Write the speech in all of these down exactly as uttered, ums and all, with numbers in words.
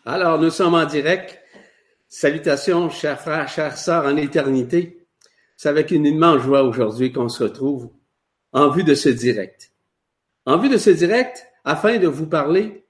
Alors, nous sommes en direct. Salutations, chers frères, chères sœurs en éternité. C'est avec une immense joie aujourd'hui qu'on se retrouve en vue de ce direct. En vue de ce direct, afin de vous parler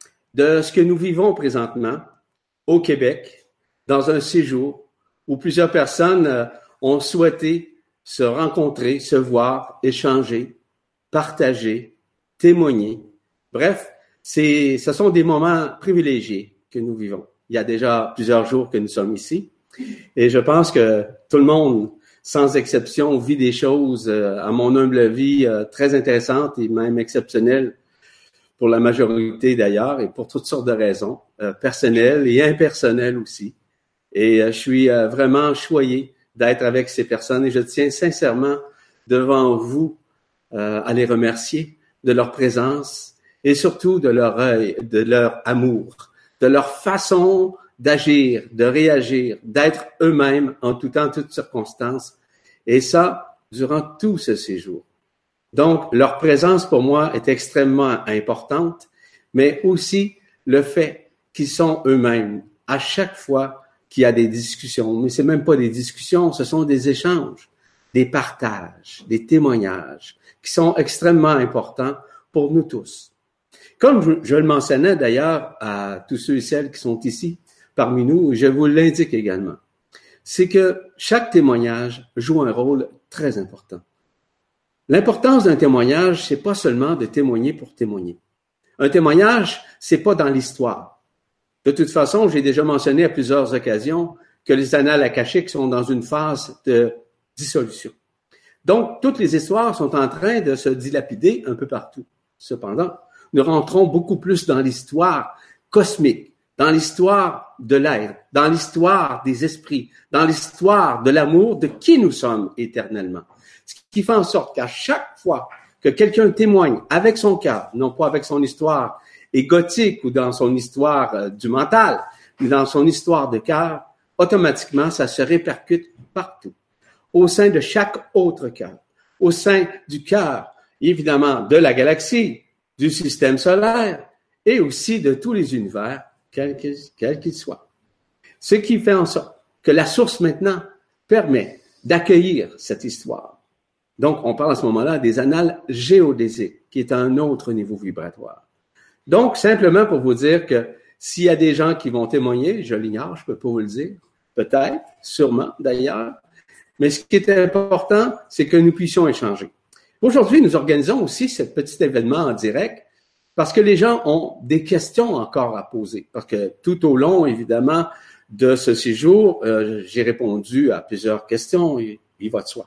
de ce que nous vivons présentement au Québec, dans un séjour où plusieurs personnes ont souhaité se rencontrer, se voir, échanger, partager, témoigner. Bref, c'est, ce sont des moments privilégiés que nous vivons. Il y a déjà plusieurs jours que nous sommes ici et je pense que tout le monde, sans exception, vit des choses, euh, à mon humble avis, euh, très intéressantes et même exceptionnelles pour la majorité d'ailleurs et pour toutes sortes de raisons, euh, personnelles et impersonnelles aussi. Et euh, je suis euh, vraiment choyé d'être avec ces personnes et je tiens sincèrement devant vous euh, à les remercier de leur présence et surtout de leur œil, de leur amour, de leur façon d'agir, de réagir, d'être eux-mêmes en tout temps, en toutes circonstances. Et ça, durant tout ce séjour. Donc, leur présence pour moi est extrêmement importante, mais aussi le fait qu'ils sont eux-mêmes à chaque fois qu'il y a des discussions. Mais c'est même pas des discussions, ce sont des échanges, des partages, des témoignages qui sont extrêmement importants pour nous tous. Comme je, je le mentionnais d'ailleurs à tous ceux et celles qui sont ici parmi nous, je vous l'indique également, c'est que chaque témoignage joue un rôle très important. L'importance d'un témoignage, c'est pas seulement de témoigner pour témoigner. Un témoignage, c'est pas dans l'histoire. De toute façon, j'ai déjà mentionné à plusieurs occasions que les annales akashiques sont dans une phase de dissolution. Donc, toutes les histoires sont en train de se dilapider un peu partout. Cependant, nous rentrons beaucoup plus dans l'histoire cosmique, dans l'histoire de l'être, dans l'histoire des esprits, dans l'histoire de l'amour de qui nous sommes éternellement. Ce qui fait en sorte qu'à chaque fois que quelqu'un témoigne avec son cœur, non pas avec son histoire égotique ou dans son histoire euh, du mental, mais dans son histoire de cœur, automatiquement, ça se répercute partout, au sein de chaque autre cœur, au sein du cœur, évidemment, de la galaxie, du système solaire et aussi de tous les univers, quels qu'ils quel qu'ils soient. Ce qui fait en sorte que la source maintenant permet d'accueillir cette histoire. Donc, on parle à ce moment-là des annales géodésiques, qui est à un autre niveau vibratoire. Donc, simplement pour vous dire que s'il y a des gens qui vont témoigner, je l'ignore, je peux pas vous le dire, peut-être, sûrement d'ailleurs, mais ce qui est important, c'est que nous puissions échanger. Aujourd'hui, nous organisons aussi ce petit événement en direct parce que les gens ont des questions encore à poser. Parce que tout au long, évidemment, de ce séjour, euh, j'ai répondu à plusieurs questions, et il va de soi.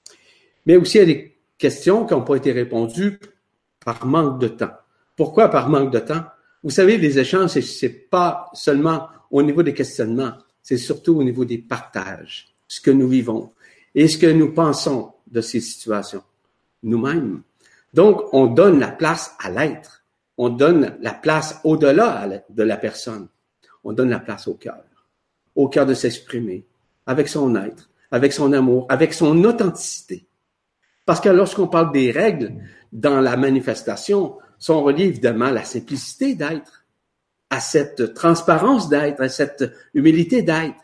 Mais aussi, il y a des questions qui n'ont pas été répondues par manque de temps. Pourquoi par manque de temps? Vous savez, les échanges, c'est, c'est pas seulement au niveau des questionnements, c'est surtout au niveau des partages, ce que nous vivons et ce que nous pensons de ces situations, nous-mêmes. Donc, on donne la place à l'être. On donne la place au-delà de la personne. On donne la place au cœur. Au cœur de s'exprimer avec son être, avec son amour, avec son authenticité. Parce que lorsqu'on parle des règles dans la manifestation, sont reliées évidemment à la simplicité d'être, à cette transparence d'être, à cette humilité d'être.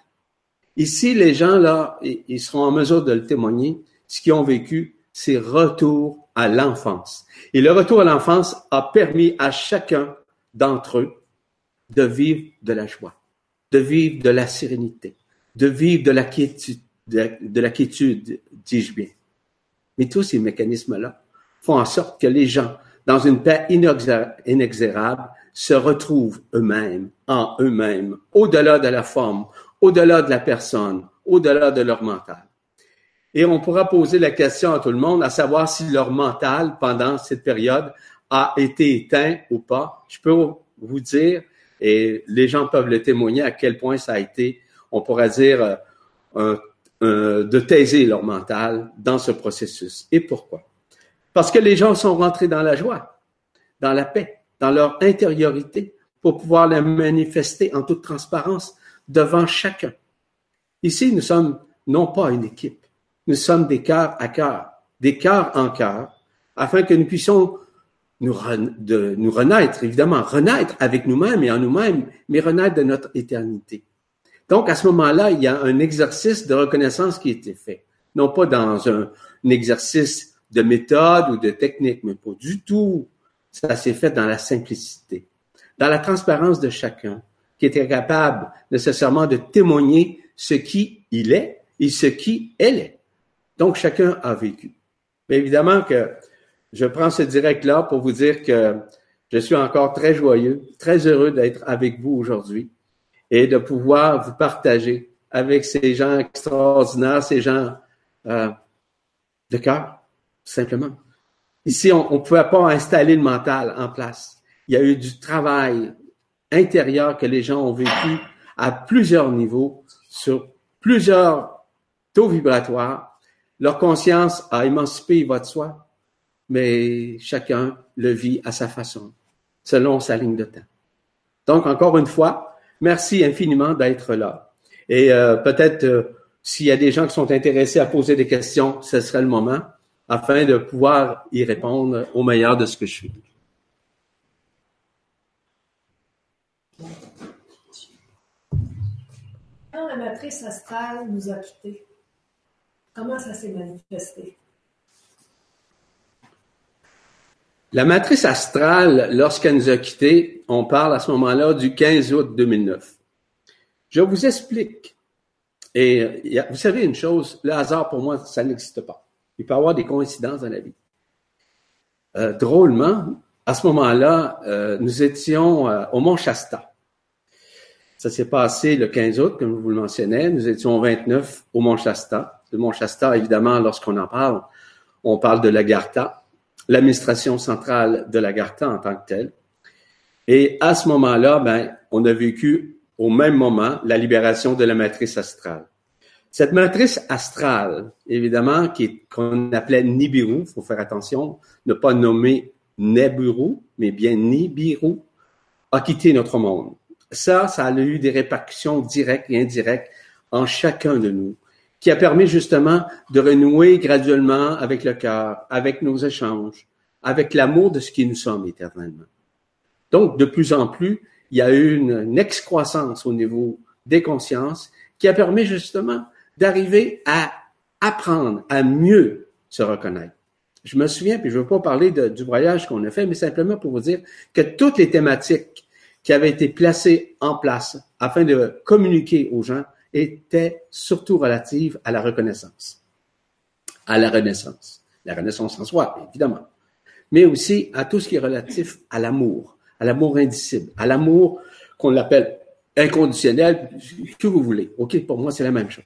Ici, les gens, là, ils seront en mesure de le témoigner. Ce qu'ils ont vécu, c'est retour à l'enfance. Et le retour à l'enfance a permis à chacun d'entre eux de vivre de la joie, de vivre de la sérénité, de vivre de la quiétude, de, de la quiétude, dis-je bien. Mais tous ces mécanismes-là font en sorte que les gens, dans une paix inexorable, se retrouvent eux-mêmes, en eux-mêmes, au-delà de la forme, au-delà de la personne, au-delà de leur mental. Et on pourra poser la question à tout le monde, à savoir si leur mental, pendant cette période, a été éteint ou pas. Je peux vous dire, et les gens peuvent le témoigner, à quel point ça a été, on pourra dire, un, un, de taiser leur mental dans ce processus. Et pourquoi? Parce que les gens sont rentrés dans la joie, dans la paix, dans leur intériorité, pour pouvoir la manifester en toute transparence devant chacun. Ici, nous sommes non pas une équipe, nous sommes des cœurs à cœur, des cœurs en cœur, afin que nous puissions nous, re- de nous renaître, évidemment, renaître avec nous-mêmes et en nous-mêmes, mais renaître de notre éternité. Donc, à ce moment-là, il y a un exercice de reconnaissance qui a été fait. Non pas dans un, un exercice de méthode ou de technique, mais pas du tout. Ça s'est fait dans la simplicité, dans la transparence de chacun, qui était capable nécessairement de témoigner ce qui il est et ce qui elle est. Donc, chacun a vécu. Mais évidemment que je prends ce direct-là pour vous dire que je suis encore très joyeux, très heureux d'être avec vous aujourd'hui et de pouvoir vous partager avec ces gens extraordinaires, ces gens euh, de cœur, simplement. Ici, on ne pouvait pas installer le mental en place. Il y a eu du travail intérieur que les gens ont vécu à plusieurs niveaux, sur plusieurs taux vibratoires. Leur conscience a émancipé votre soi, mais chacun le vit à sa façon, selon sa ligne de temps. Donc, encore une fois, merci infiniment d'être là. Et euh, peut-être, euh, s'il y a des gens qui sont intéressés à poser des questions, ce serait le moment, afin de pouvoir y répondre au meilleur de ce que je suis. Quand la matrice astrale nous a quittés, comment ça s'est manifesté? La matrice astrale, lorsqu'elle nous a quittés, on parle à ce moment-là du quinze août deux mille neuf. Je vous explique. Et vous savez une chose, le hasard pour moi, ça n'existe pas. Il peut y avoir des coïncidences dans la vie. Euh, drôlement, à ce moment-là, euh, nous étions euh, au Mont Shasta. Ça s'est passé le quinze août, comme je vous le mentionnais. Nous étions au vingt-neuf au Mont Shasta. Le Mont Shasta, évidemment, lorsqu'on en parle, on parle de l'Agartha, l'administration centrale de l'Agartha en tant que telle. Et à ce moment-là, ben, on a vécu au même moment la libération de la matrice astrale. Cette matrice astrale, évidemment, qui est, qu'on appelait Nibiru, il faut faire attention, ne pas nommer Neburu, mais bien Nibiru, a quitté notre monde. Ça, ça a eu des répercussions directes et indirectes en chacun de nous, qui a permis justement de renouer graduellement avec le cœur, avec nos échanges, avec l'amour de ce qui nous sommes éternellement. Donc, de plus en plus, il y a eu une, une excroissance au niveau des consciences qui a permis justement d'arriver à apprendre à mieux se reconnaître. Je me souviens, puis je ne veux pas parler de, du voyage qu'on a fait, mais simplement pour vous dire que toutes les thématiques qui avaient été placées en place afin de communiquer aux gens étaient surtout relatives à la reconnaissance, à la renaissance, la renaissance en soi, évidemment, mais aussi à tout ce qui est relatif à l'amour, à l'amour indicible, à l'amour qu'on l'appelle inconditionnel, que vous voulez. OK, pour moi, c'est la même chose.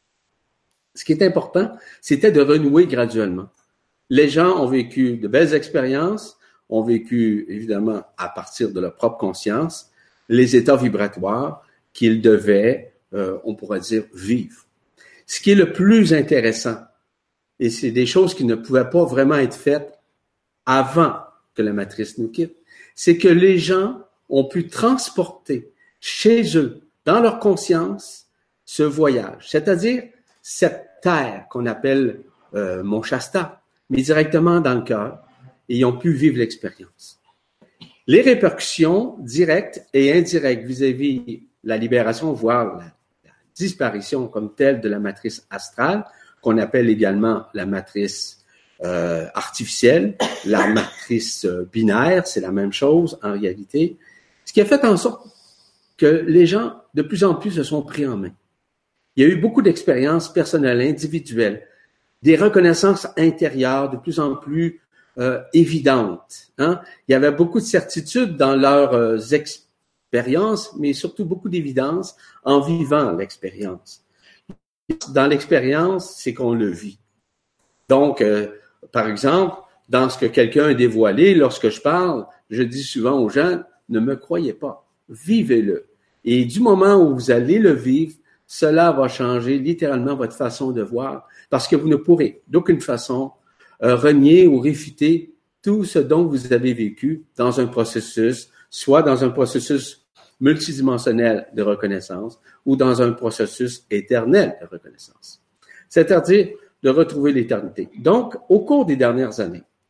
Ce qui est important, c'était de renouer graduellement. Les gens ont vécu de belles expériences, ont vécu, évidemment, à partir de leur propre conscience, les états vibratoires qu'ils devaient, euh, on pourrait dire, vivre. Ce qui est le plus intéressant, et c'est des choses qui ne pouvaient pas vraiment être faites avant que la matrice nous quitte, c'est que les gens ont pu transporter chez eux, dans leur conscience, ce voyage, c'est-à-dire cette terre qu'on appelle euh, Mont Shasta, mais directement dans le cœur, et ils ont pu vivre l'expérience. Les répercussions directes et indirectes vis-à-vis la libération, voire la, la disparition comme telle de la matrice astrale, qu'on appelle également la matrice euh, artificielle, la matrice euh, binaire, c'est la même chose en réalité, ce qui a fait en sorte que les gens de plus en plus se sont pris en main. Il y a eu beaucoup d'expériences personnelles, individuelles, des reconnaissances intérieures de plus en plus euh, évidentes. Hein? Il y avait beaucoup de certitudes dans leurs euh, expériences, mais surtout beaucoup d'évidence en vivant l'expérience. Dans l'expérience, c'est qu'on le vit. Donc, euh, par exemple, dans ce que quelqu'un a dévoilé, lorsque je parle, je dis souvent aux gens, ne me croyez pas, vivez-le. Et du moment où vous allez le vivre, cela va changer littéralement votre façon de voir, parce que vous ne pourrez d'aucune façon euh, renier ou réfuter tout ce dont vous avez vécu dans un processus, soit dans un processus multidimensionnel de reconnaissance ou dans un processus éternel de reconnaissance. C'est-à-dire de retrouver l'éternité. Donc, au cours des dernières années,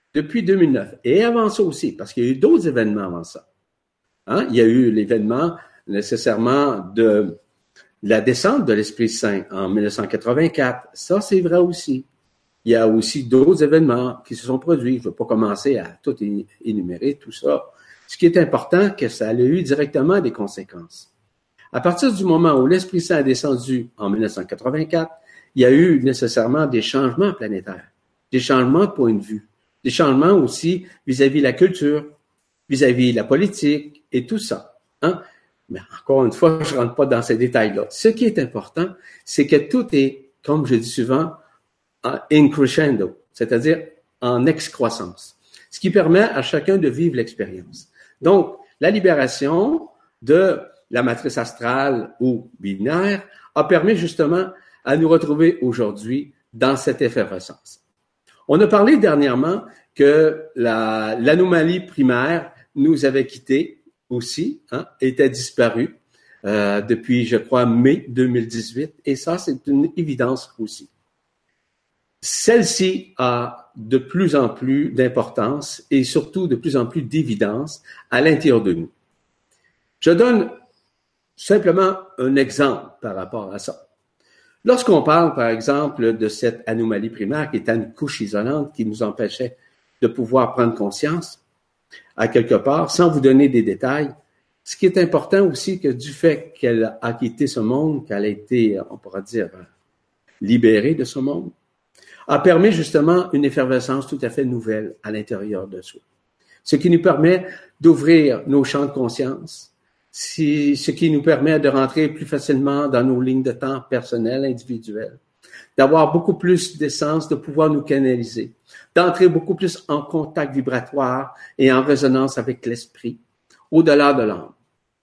depuis deux mille neuf, et avant ça aussi, parce qu'il y a eu d'autres événements avant ça. Hein? Il y a eu l'événement nécessairement de la descente de l'Esprit Saint en mille neuf cent quatre-vingt-quatre. Ça, c'est vrai aussi. Il y a aussi d'autres événements qui se sont produits. Je ne vais pas commencer à tout énumérer, tout ça. Ce qui est important, c'est que ça a eu directement des conséquences. À partir du moment où l'Esprit Saint a descendu en mille neuf cent quatre-vingt-quatre, il y a eu nécessairement des changements planétaires, des changements de point de vue, des changements aussi vis-à-vis la culture, vis-à-vis la politique et tout ça. Hein? Mais encore une fois, je ne rentre pas dans ces détails-là. Ce qui est important, c'est que tout est, comme je dis souvent, in crescendo, c'est-à-dire en excroissance, ce qui permet à chacun de vivre l'expérience. Donc, la libération de la matrice astrale ou binaire a permis justement à nous retrouver aujourd'hui dans cette effervescence. On a parlé dernièrement que la, l'anomalie primaire nous avait quittés aussi, hein, était disparue euh, depuis, je crois, mai deux mille dix-huit, et ça, c'est une évidence aussi. Celle-ci a de plus en plus d'importance et surtout de plus en plus d'évidence à l'intérieur de nous. Je donne simplement un exemple par rapport à ça. Lorsqu'on parle, par exemple, de cette anomalie primaire qui est une couche isolante qui nous empêchait de pouvoir prendre conscience, à quelque part, sans vous donner des détails, ce qui est important aussi que du fait qu'elle a quitté ce monde, qu'elle a été, on pourra dire, libérée de ce monde, a permis justement une effervescence tout à fait nouvelle à l'intérieur de soi. Ce qui nous permet d'ouvrir nos champs de conscience, si, ce qui nous permet de rentrer plus facilement dans nos lignes de temps personnelles, individuelles, d'avoir beaucoup plus d'essence, de pouvoir nous canaliser, d'entrer beaucoup plus en contact vibratoire et en résonance avec l'esprit, au-delà de l'âme.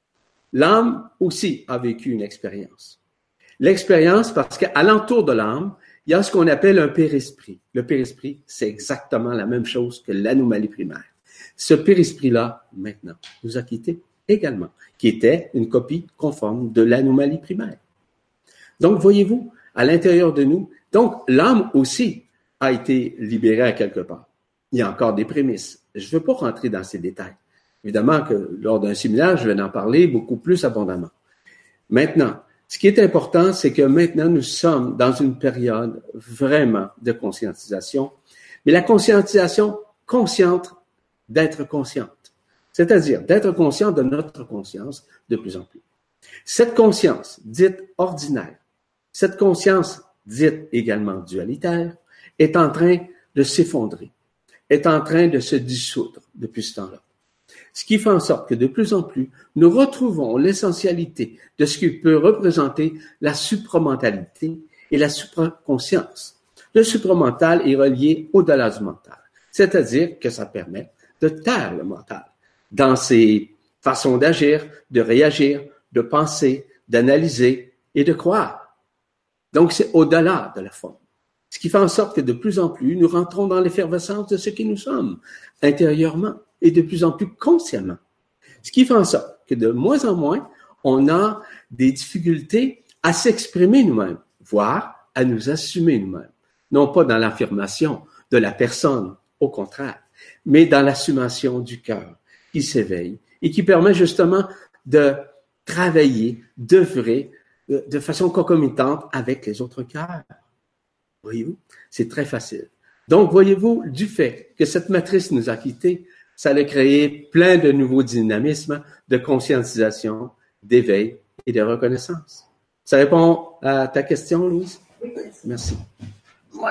L'âme aussi a vécu une expérience. L'expérience parce qu'à l'entour de l'âme, il y a ce qu'on appelle un périsprit. Le périsprit, c'est exactement la même chose que l'anomalie primaire. Ce périsprit-là, maintenant, nous a quittés également, qui était une copie conforme de l'anomalie primaire. Donc, voyez-vous, à l'intérieur de nous, donc l'âme aussi a été libérée à quelque part. Il y a encore des prémices. Je ne veux pas rentrer dans ces détails. Évidemment que lors d'un séminaire, je vais en parler beaucoup plus abondamment. Maintenant, ce qui est important, c'est que maintenant, nous sommes dans une période vraiment de conscientisation, mais la conscientisation consciente d'être consciente, c'est-à-dire d'être conscient de notre conscience de plus en plus. Cette conscience dite ordinaire, cette conscience dite également dualitaire, est en train de s'effondrer, est en train de se dissoudre depuis ce temps-là. Ce qui fait en sorte que de plus en plus, nous retrouvons l'essentialité de ce qui peut représenter la supramentalité et la supraconscience. Le supramental est relié au-delà du mental, c'est-à-dire que ça permet de taire le mental dans ses façons d'agir, de réagir, de penser, d'analyser et de croire. Donc, c'est au-delà de la forme. Ce qui fait en sorte que de plus en plus, nous rentrons dans l'effervescence de ce que nous sommes intérieurement et de plus en plus consciemment. Ce qui fait en sorte que de moins en moins, on a des difficultés à s'exprimer nous-mêmes, voire à nous assumer nous-mêmes. Non pas dans l'affirmation de la personne, au contraire, mais dans l'assumation du cœur qui s'éveille et qui permet justement de travailler, d'œuvrer de façon concomitante avec les autres cœurs. Voyez-vous, c'est très facile. Donc, voyez-vous, du fait que cette matrice nous a quittés, ça a créé plein de nouveaux dynamismes de conscientisation, d'éveil et de reconnaissance. Ça répond à ta question, Louise? Oui. Merci. Ouais.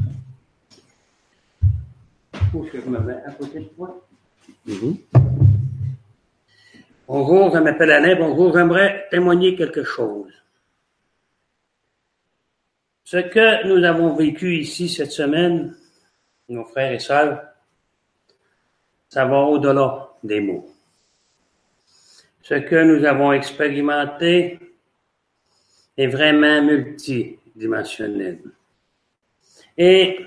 Faut que je me mette à côté de toi. Mm-hmm. Bonjour, je m'appelle Alain. Bonjour, j'aimerais témoigner quelque chose. Ce que nous avons vécu ici cette semaine, nos frères et sœurs, ça va au-delà des mots. Ce que nous avons expérimenté est vraiment multidimensionnel. Et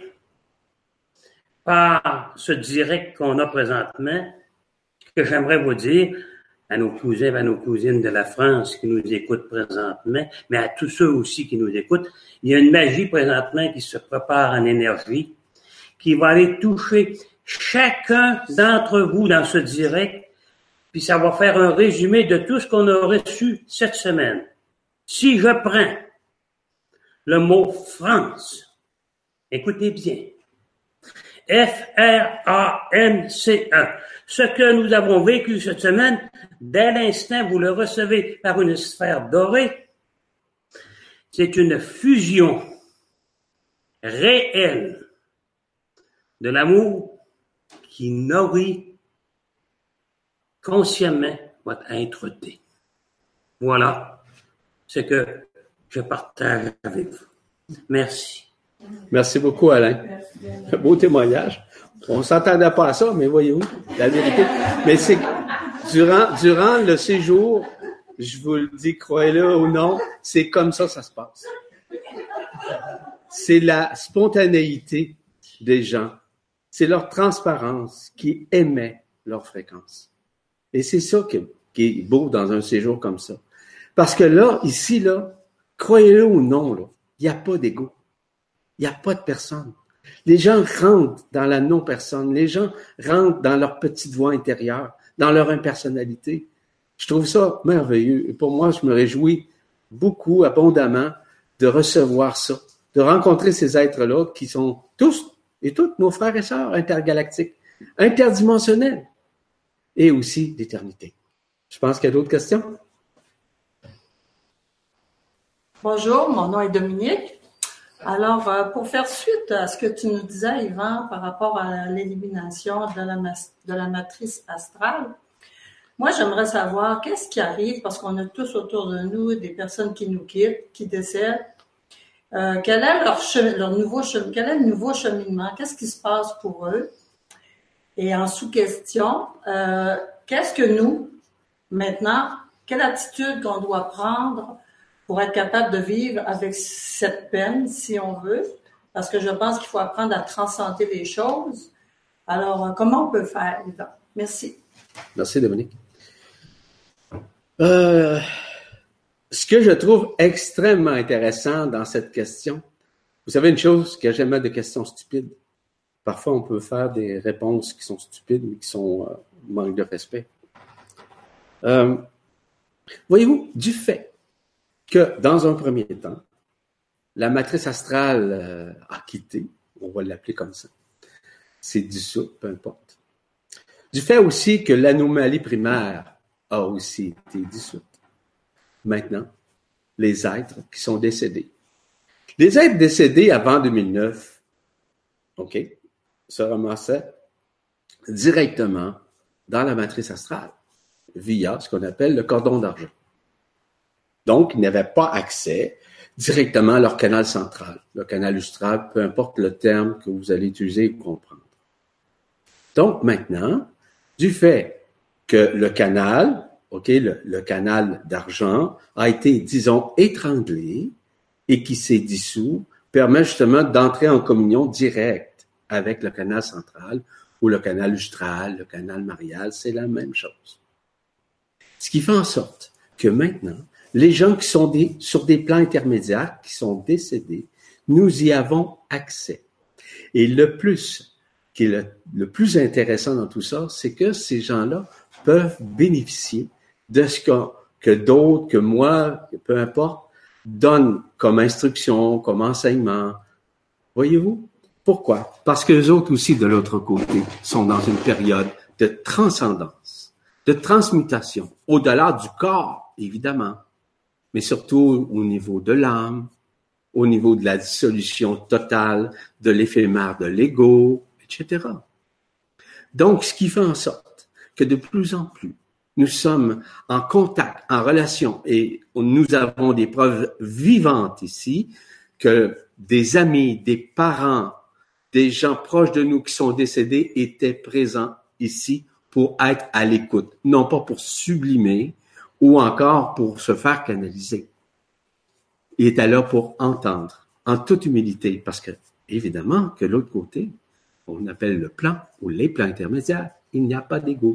par ce direct qu'on a présentement, ce que j'aimerais vous dire à nos cousins et à nos cousines de la France qui nous écoutent présentement, mais à tous ceux aussi qui nous écoutent, il y a une magie présentement qui se prépare en énergie, qui va aller toucher chacun d'entre vous dans ce direct, puis ça va faire un résumé de tout ce qu'on a reçu cette semaine. Si je prends le mot France, écoutez bien, F R A N C E, ce que nous avons vécu cette semaine, dès l'instant vous le recevez par une sphère dorée, c'est une fusion réelle de l'amour qui nourrit consciemment votre être-té. Voilà ce que je partage avec vous. Merci. Merci beaucoup, Alain. Un beau témoignage. On ne s'attendait pas à ça, mais voyez-vous, la vérité. Mais c'est que durant, durant le séjour, je vous le dis, croyez-le ou non, c'est comme ça que ça se passe. C'est la spontanéité des gens. C'est leur transparence qui émet leur fréquence. Et c'est ça qui, qui est beau dans un séjour comme ça. Parce que là, ici, là, croyez-le ou non, là, il n'y a pas d'ego. Il n'y a pas de personne. Les gens rentrent dans la non-personne. Les gens rentrent dans leur petite voix intérieure, dans leur impersonnalité. Je trouve ça merveilleux. Et pour moi, je me réjouis beaucoup, abondamment, de recevoir ça, de rencontrer ces êtres-là qui sont tous et toutes nos frères et sœurs intergalactiques, interdimensionnels et aussi d'éternité. Je pense qu'il y a d'autres questions. Bonjour, mon nom est Dominique. Alors, euh, pour faire suite à ce que tu nous disais, Yvan, par rapport à l'élimination de la, de la matrice astrale, moi, j'aimerais savoir qu'est-ce qui arrive, parce qu'on a tous autour de nous des personnes qui nous quittent, qui décèdent. Euh, quel est leur, chemin, leur nouveau chemin, quel est le nouveau cheminement? Qu'est-ce qui se passe pour eux? Et en sous-question, euh, qu'est-ce que nous, maintenant, quelle attitude qu'on doit prendre pour être capable de vivre avec cette peine, si on veut, parce que je pense qu'il faut apprendre à transcender les choses. Alors, comment on peut faire, Yvan? Merci. Merci, Dominique. Euh, ce que je trouve extrêmement intéressant dans cette question, vous savez une chose, qu'il n'y a jamais de questions stupides. Parfois, on peut faire des réponses qui sont stupides, mais qui sont euh, manque de respect. Euh, voyez-vous, du fait que, dans un premier temps, la matrice astrale euh, a quitté, on va l'appeler comme ça, c'est dissoute, peu importe. Du fait aussi que l'anomalie primaire a aussi été dissoute. Maintenant, les êtres qui sont décédés. Les êtres décédés avant deux mille neuf, OK, se ramassaient directement dans la matrice astrale, via ce qu'on appelle le cordon d'argent. Donc, ils n'avaient pas accès directement à leur canal central, le canal lustral, peu importe le terme que vous allez utiliser et comprendre. Donc, maintenant, du fait que le canal, OK, le, le canal d'argent a été, disons, étranglé et qui s'est dissous, permet justement d'entrer en communion directe avec le canal central ou le canal lustral, le canal marial, c'est la même chose. Ce qui fait en sorte que maintenant, les gens qui sont des, sur des plans intermédiaires, qui sont décédés, nous y avons accès. Et le plus, qui est le, le plus intéressant dans tout ça, c'est que ces gens-là peuvent bénéficier de ce que, que d'autres, que moi, peu importe, donnent comme instruction, comme enseignement. Voyez-vous? Pourquoi? Parce que les autres aussi, de l'autre côté, sont dans une période de transcendance, de transmutation, au-delà du corps, évidemment, mais surtout au niveau de l'âme, au niveau de la dissolution totale de l'éphémère de l'ego, et cetera. Donc, ce qui fait en sorte que de plus en plus, nous sommes en contact, en relation, et nous avons des preuves vivantes ici que des amis, des parents, des gens proches de nous qui sont décédés étaient présents ici pour être à l'écoute, non pas pour sublimer ou encore pour se faire canaliser. Il était là pour entendre, en toute humilité, parce que, évidemment, que l'autre côté, on appelle le plan ou les plans intermédiaires, il n'y a pas d'ego.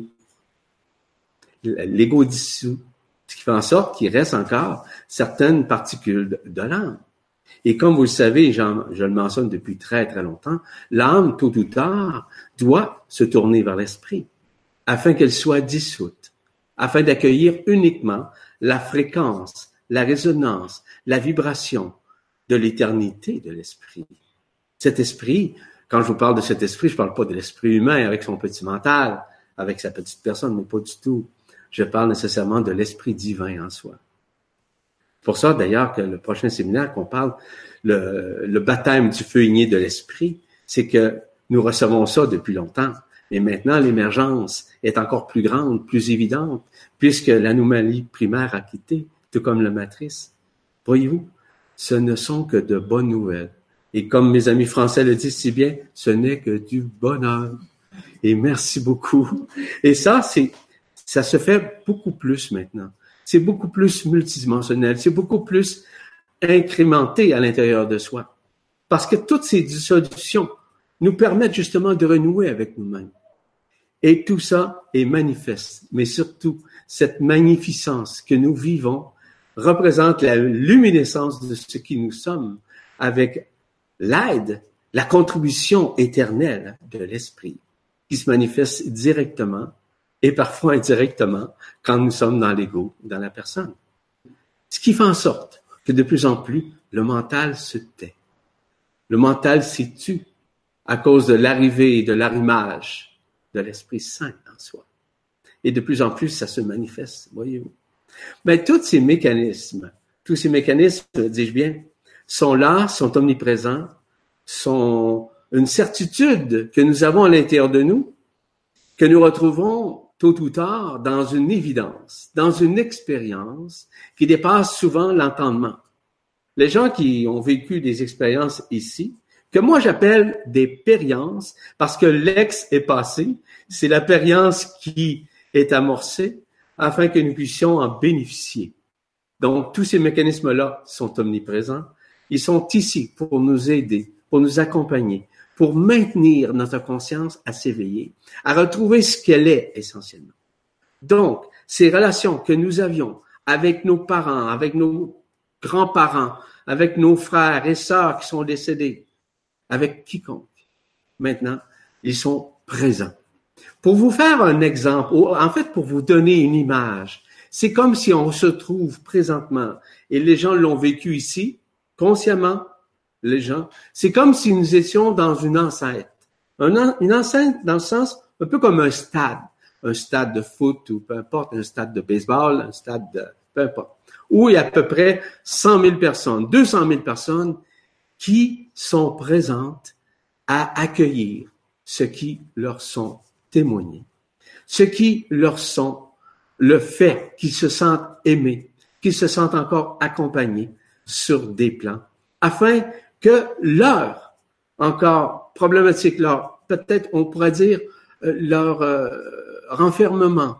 L'ego dissous, ce qui fait en sorte qu'il reste encore certaines particules de, de l'âme. Et comme vous le savez, j'en, je le mentionne depuis très très longtemps, l'âme, tôt ou tard, doit se tourner vers l'esprit afin qu'elle soit dissoute, afin d'accueillir uniquement la fréquence, la résonance, la vibration de l'éternité de l'esprit. Cet esprit, quand je vous parle de cet esprit, je ne parle pas de l'esprit humain avec son petit mental, avec sa petite personne, mais pas du tout. Je parle nécessairement de l'esprit divin en soi. Pour ça, d'ailleurs, que le prochain séminaire qu'on parle, le, le baptême du feu igné de l'esprit, c'est que nous recevons ça depuis longtemps. Et maintenant, l'émergence est encore plus grande, plus évidente, puisque l'anomalie primaire a quitté, tout comme la matrice. Voyez-vous, ce ne sont que de bonnes nouvelles. Et comme mes amis français le disent si bien, ce n'est que du bonheur. Et merci beaucoup. Et ça, c'est, ça se fait beaucoup plus maintenant. C'est beaucoup plus multidimensionnel. C'est beaucoup plus incrémenté à l'intérieur de soi. Parce que toutes ces dissolutions nous permettent justement de renouer avec nous-mêmes. Et tout ça est manifeste. Mais surtout, cette magnificence que nous vivons représente la luminescence de ce qui nous sommes avec l'aide, la contribution éternelle de l'esprit qui se manifeste directement et parfois indirectement quand nous sommes dans l'ego, dans la personne. Ce qui fait en sorte que de plus en plus, le mental se tait. Le mental s'y tue à cause de l'arrivée et de l'arrimage de l'Esprit Saint en soi. Et de plus en plus, ça se manifeste, voyez-vous. Mais tous ces mécanismes, tous ces mécanismes, dis-je bien, sont là, sont omniprésents, sont une certitude que nous avons à l'intérieur de nous, que nous retrouvons tôt ou tard dans une évidence, dans une expérience qui dépasse souvent l'entendement. Les gens qui ont vécu des expériences ici, que moi j'appelle des périences, parce que l'ex est passé, c'est la périence qui est amorcée, afin que nous puissions en bénéficier. Donc, tous ces mécanismes-là sont omniprésents. Ils sont ici pour nous aider, pour nous accompagner, pour maintenir notre conscience à s'éveiller, à retrouver ce qu'elle est essentiellement. Donc, ces relations que nous avions avec nos parents, avec nos grands-parents, avec nos frères et sœurs qui sont décédés, avec quiconque, maintenant, ils sont présents. Pour vous faire un exemple, en fait, pour vous donner une image, c'est comme si on se trouve présentement, et les gens l'ont vécu ici, consciemment, les gens, c'est comme si nous étions dans une enceinte. Un, une enceinte dans le sens un peu comme un stade, un stade de foot ou peu importe, un stade de baseball, un stade de peu importe, où il y a à peu près cent mille personnes, deux cent mille personnes qui sont présentes à accueillir ce qui leur sont témoignés, ce qui leur sont le fait qu'ils se sentent aimés, qu'ils se sentent encore accompagnés sur des plans, afin que leur, encore problématique, leur, peut-être on pourrait dire, leur euh, renfermement,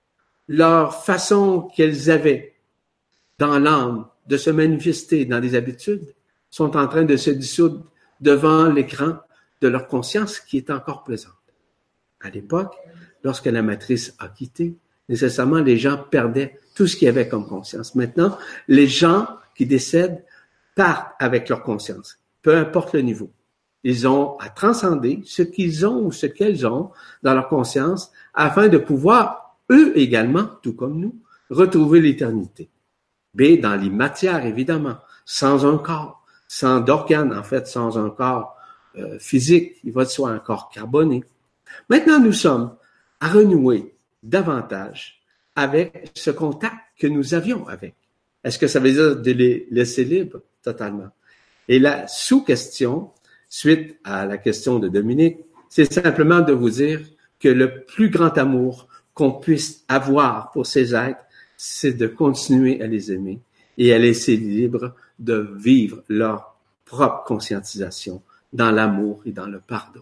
leur façon qu'elles avaient dans l'âme de se manifester dans des habitudes, sont en train de se dissoudre devant l'écran de leur conscience qui est encore présente. À l'époque, lorsque la matrice a quitté, nécessairement les gens perdaient tout ce qu'il y avait comme conscience. Maintenant, les gens qui décèdent partent avec leur conscience, peu importe le niveau. Ils ont à transcender ce qu'ils ont ou ce qu'elles ont dans leur conscience afin de pouvoir, eux également, tout comme nous, retrouver l'éternité. B, dans les matières, évidemment, sans un corps, sans d'organes, en fait, sans un corps euh, physique, il va de soi un corps carboné. Maintenant, nous sommes à renouer davantage avec ce contact que nous avions avec. Est-ce que ça veut dire de les laisser libres? Totalement. Et la sous-question, suite à la question de Dominique, c'est simplement de vous dire que le plus grand amour qu'on puisse avoir pour ces êtres, c'est de continuer à les aimer et à laisser libres de vivre leur propre conscientisation dans l'amour et dans le pardon.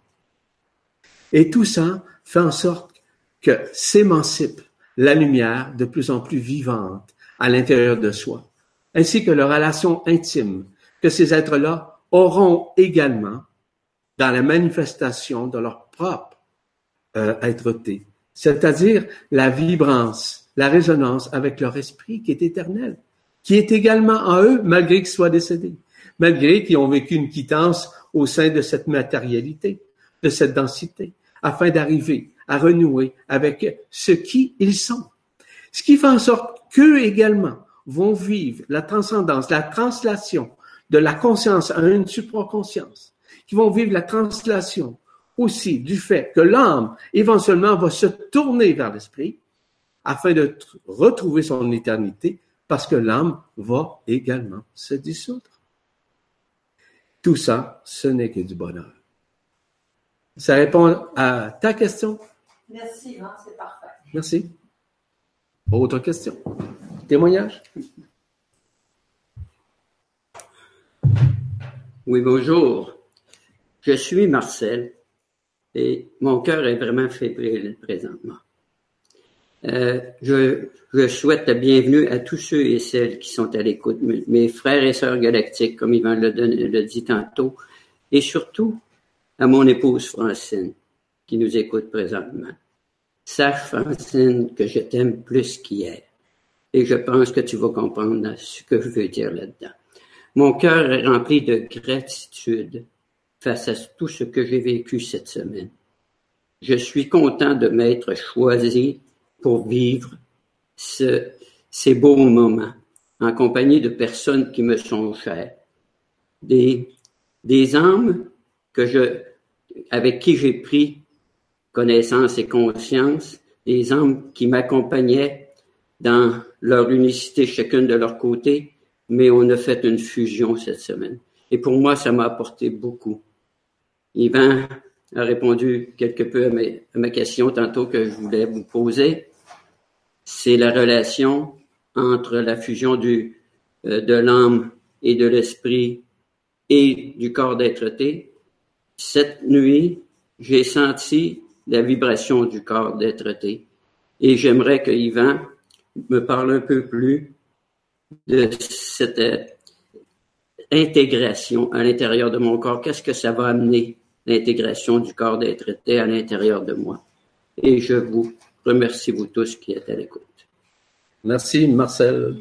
Et tout ça fait en sorte que s'émancipe la lumière de plus en plus vivante à l'intérieur de soi, ainsi que la relation intime que ces êtres-là auront également dans la manifestation de leur propre euh, être-té, c'est-à-dire la vibrance, la résonance avec leur esprit qui est éternel, qui est également en eux malgré qu'ils soient décédés. malgré qu'ils ont vécu une quittance au sein de cette matérialité, de cette densité, afin d'arriver à renouer avec ce qui ils sont. Ce qui fait en sorte qu'eux également vont vivre la transcendance, la translation de la conscience à une supraconscience, qui vont vivre la translation aussi du fait que l'âme éventuellement va se tourner vers l'esprit afin de t- retrouver son éternité, parce que l'âme va également se dissoudre. Tout ça, ce n'est que du bonheur. Ça répond à ta question? Merci, hein, c'est parfait. Merci. Autre question? Témoignage? Oui, bonjour. Je suis Marcel et mon cœur est vraiment fébrile présentement. Euh, je, je souhaite la bienvenue à tous ceux et celles qui sont à l'écoute, mes, mes frères et sœurs galactiques, comme Yvan le, le dit tantôt, et surtout à mon épouse Francine, qui nous écoute présentement. Sache, Francine, que je t'aime plus qu'hier, et je pense que tu vas comprendre ce que je veux dire là-dedans. Mon cœur est rempli de gratitude face à tout ce que j'ai vécu cette semaine. Je suis content de m'être choisi pour vivre ce, ces beaux moments en compagnie de personnes qui me sont chères, des, des âmes que je, avec qui j'ai pris connaissance et conscience, des âmes qui m'accompagnaient dans leur unicité, chacune de leur côté, mais on a fait une fusion cette semaine. Et pour moi, ça m'a apporté beaucoup. Yvan a répondu quelque peu à, mes, à ma question tantôt que je voulais vous poser. C'est la relation entre la fusion du, euh, de l'âme et de l'esprit et du corps d'être-té. Cette nuit, j'ai senti la vibration du corps d'être-té et j'aimerais que Yvan me parle un peu plus de cette euh, intégration à l'intérieur de mon corps. Qu'est-ce que ça va amener, l'intégration du corps d'être-té à l'intérieur de moi? Et je vous remercie, vous tous qui êtes à l'écoute. Merci, Marcel.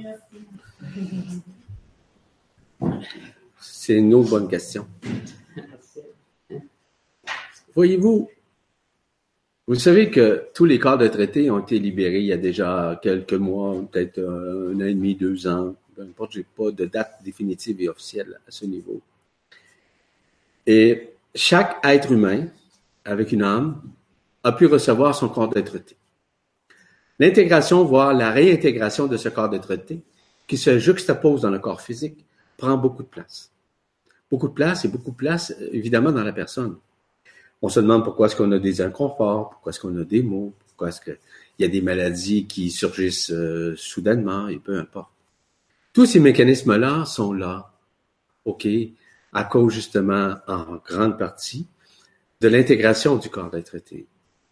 C'est une autre bonne question. Voyez-vous, vous savez que tous les corps de traité ont été libérés il y a déjà quelques mois, peut-être un an et demi, deux ans, peu importe, je n'ai pas de date définitive et officielle à ce niveau. Et chaque être humain, avec une âme, a pu recevoir son corps d'être-té. L'intégration, voire la réintégration de ce corps d'être-té, qui se juxtapose dans le corps physique, prend beaucoup de place. Beaucoup de place et beaucoup de place, évidemment, dans la personne. On se demande pourquoi est-ce qu'on a des inconforts, pourquoi est-ce qu'on a des maux, pourquoi est-ce qu'il y a des maladies qui surgissent euh, soudainement, et peu importe. Tous ces mécanismes-là sont là, OK, à cause justement, en grande partie, de l'intégration du corps d'être-té.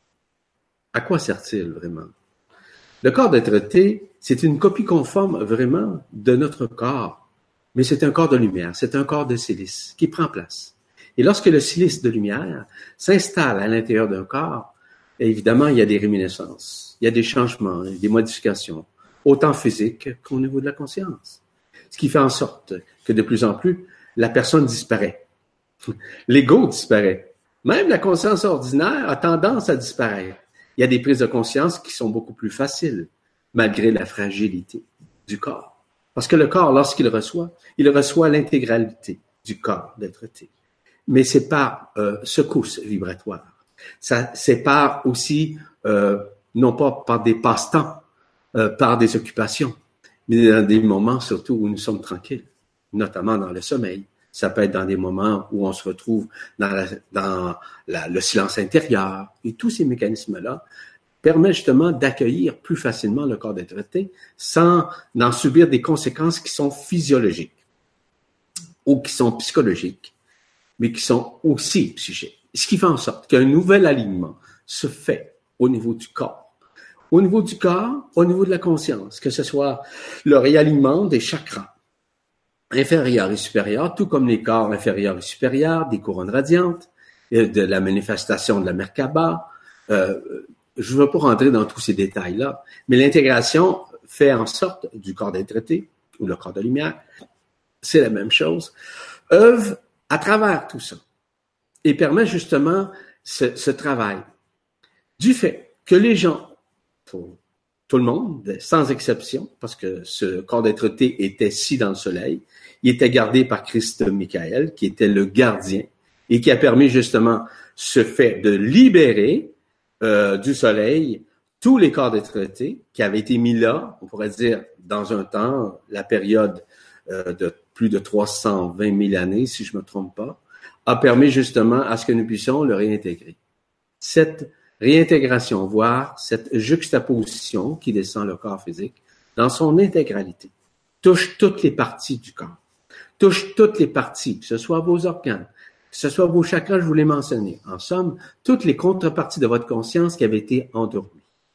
À quoi sert-il vraiment? Le corps d'être-té, c'est une copie conforme vraiment de notre corps, mais c'est un corps de lumière, c'est un corps de silice qui prend place. Et lorsque le silice de lumière s'installe à l'intérieur d'un corps, évidemment, il y a des réminiscences, il y a des changements, des modifications, autant physiques qu'au niveau de la conscience. Ce qui fait en sorte que de plus en plus, la personne disparaît. L'ego disparaît. Même la conscience ordinaire a tendance à disparaître. Il y a des prises de conscience qui sont beaucoup plus faciles, malgré la fragilité du corps. Parce que le corps, lorsqu'il reçoit, il reçoit l'intégralité du corps d'être-té. Mais c'est par euh, secousse vibratoire. Ça, c'est par aussi, euh, non pas par des passe-temps, euh, par des occupations, mais dans des moments surtout où nous sommes tranquilles, notamment dans le sommeil. Ça peut être dans des moments où on se retrouve dans, la, dans la, le silence intérieur. Et tous ces mécanismes-là permettent justement d'accueillir plus facilement le corps d'être-té sans en subir des conséquences qui sont physiologiques ou qui sont psychologiques, mais qui sont aussi psychiques. Ce qui fait en sorte qu'un nouvel alignement se fait au niveau du corps. Au niveau du corps, au niveau de la conscience, que ce soit le réalignement des chakras inférieurs et supérieurs, tout comme les corps inférieurs et supérieurs, des couronnes radiantes, de la manifestation de la Merkaba. Euh, je ne veux pas rentrer dans tous ces détails-là, mais l'intégration fait en sorte du corps d'être-té, ou le corps de lumière, c'est la même chose, œuvre à travers tout ça et permet justement ce, ce travail. Du fait que les gens, pour tout le monde, sans exception, parce que ce corps d'être-té était si dans le soleil, il était gardé par Christ Michael, qui était le gardien, et qui a permis justement ce fait de libérer euh, du soleil tous les corps d'être-té qui avaient été mis là, on pourrait dire, dans un temps, la période euh, de plus de trois cent vingt mille années, si je me trompe pas, a permis justement à ce que nous puissions le réintégrer. Cette réintégration, voire cette juxtaposition qui descend le corps physique dans son intégralité, touche toutes les parties du corps, touche toutes les parties, que ce soit vos organes, que ce soit vos chakras, je vous l'ai mentionné. En somme, toutes les contreparties de votre conscience qui avaient été endormies.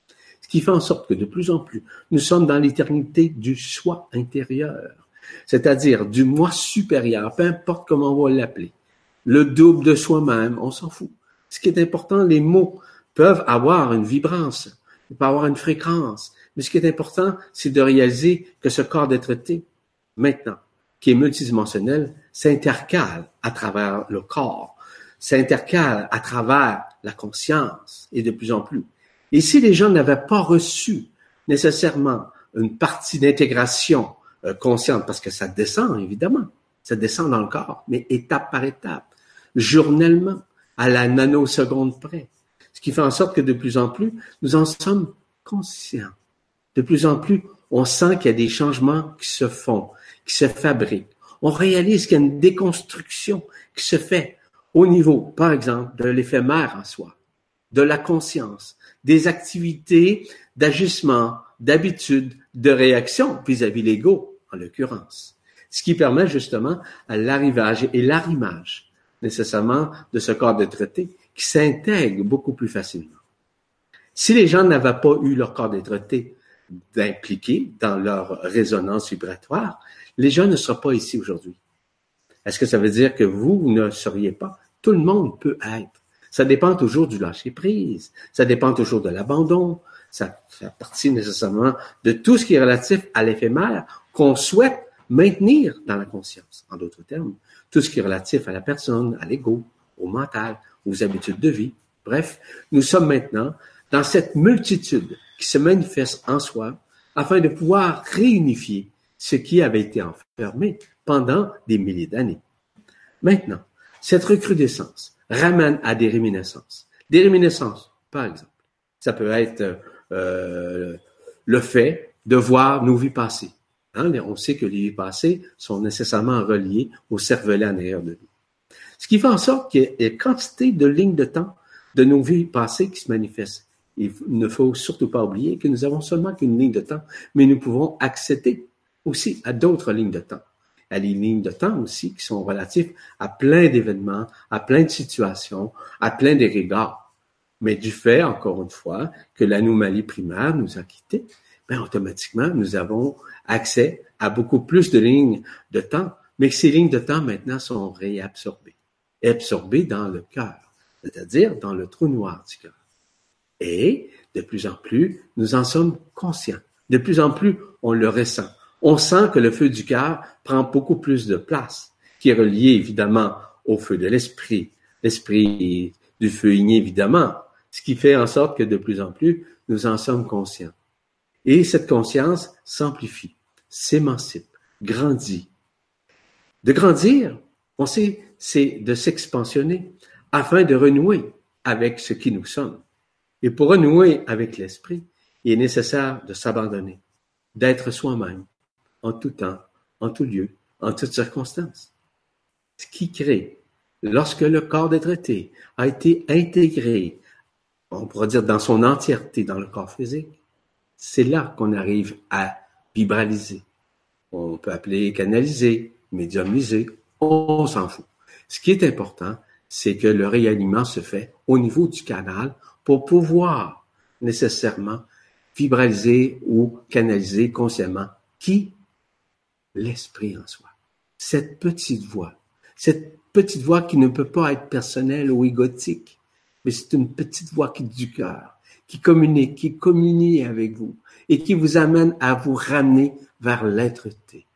Ce qui fait en sorte que de plus en plus, nous sommes dans l'éternité du soi intérieur, c'est-à-dire du moi supérieur, peu importe comment on va l'appeler, le double de soi-même, on s'en fout. Ce qui est important, les mots peuvent avoir une vibrance, ils peuvent avoir une fréquence, mais ce qui est important, c'est de réaliser que ce corps d'être-té, maintenant, qui est multidimensionnel, s'intercale à travers le corps, s'intercale à travers la conscience, et de plus en plus. Et si les gens n'avaient pas reçu nécessairement une partie d'intégration euh, consciente, parce que ça descend, évidemment, ça descend dans le corps, mais étape par étape, journellement, à la nanoseconde près. Ce qui fait en sorte que de plus en plus, nous en sommes conscients. De plus en plus, on sent qu'il y a des changements qui se font, qui se fabriquent. On réalise qu'il y a une déconstruction qui se fait au niveau, par exemple, de l'éphémère en soi, de la conscience, des activités d'agissement, d'habitude, de réaction vis-à-vis l'ego, en l'occurrence. Ce qui permet justement à l'arrivage et l'arrimage nécessairement de ce corps d'être-té qui s'intègre beaucoup plus facilement. Si les gens n'avaient pas eu leur corps d'être-té d'impliquer dans leur résonance vibratoire, les gens ne seraient pas ici aujourd'hui. Est-ce que ça veut dire que vous, vous ne seriez pas? Tout le monde peut être. Ça dépend toujours du lâcher-prise. Ça dépend toujours de l'abandon. Ça fait partie nécessairement de tout ce qui est relatif à l'éphémère qu'on souhaite maintenir dans la conscience. En d'autres termes, tout ce qui est relatif à la personne, à l'ego, au mental, aux habitudes de vie. Bref, nous sommes maintenant dans cette multitude qui se manifeste en soi afin de pouvoir réunifier ce qui avait été enfermé pendant des milliers d'années. Maintenant, cette recrudescence ramène à des réminiscences. Des réminiscences, par exemple. Ça peut être euh, le fait de voir nos vies passées. Hein, on sait que les vies passées sont nécessairement reliées au cervelet en arrière de nous. Ce qui fait en sorte qu'il y a une quantité de lignes de temps de nos vies passées qui se manifestent. Il ne faut surtout pas oublier que nous avons seulement qu'une ligne de temps, mais nous pouvons accéder aussi à d'autres lignes de temps. À des lignes de temps aussi qui sont relatives à plein d'événements, à plein de situations, à plein de regards. Mais du fait, encore une fois, que l'anomalie primaire nous a quittés, ben automatiquement, nous avons accès à beaucoup plus de lignes de temps, mais que ces lignes de temps maintenant sont réabsorbées, absorbées dans le cœur, c'est-à-dire dans le trou noir du cœur. Et de plus en plus, nous en sommes conscients. De plus en plus, on le ressent. On sent que le feu du cœur prend beaucoup plus de place, qui est relié évidemment au feu de l'esprit, l'esprit du feu igné évidemment, ce qui fait en sorte que de plus en plus, nous en sommes conscients. Et cette conscience s'amplifie, s'émancipe, grandit. De grandir, on sait, c'est de s'expansionner afin de renouer avec ce qui nous sommes. Et pour renouer avec l'esprit, il est nécessaire de s'abandonner, d'être soi-même, en tout temps, en tout lieu, en toutes circonstances. Ce qui crée, lorsque le corps d'être-té a été intégré, on pourrait dire dans son entièreté dans le corps physique, c'est là qu'on arrive à vibraliser. On peut appeler canaliser, médiumniser, on s'en fout. Ce qui est important, c'est que le réalignement se fait au niveau du canal pour pouvoir nécessairement vibraliser ou canaliser consciemment qui? L'esprit en soi. Cette petite voix. Cette petite voix qui ne peut pas être personnelle ou égotique, mais c'est une petite voix qui est du cœur, qui communique, qui communie avec vous et qui vous amène à vous ramener vers l'être-té.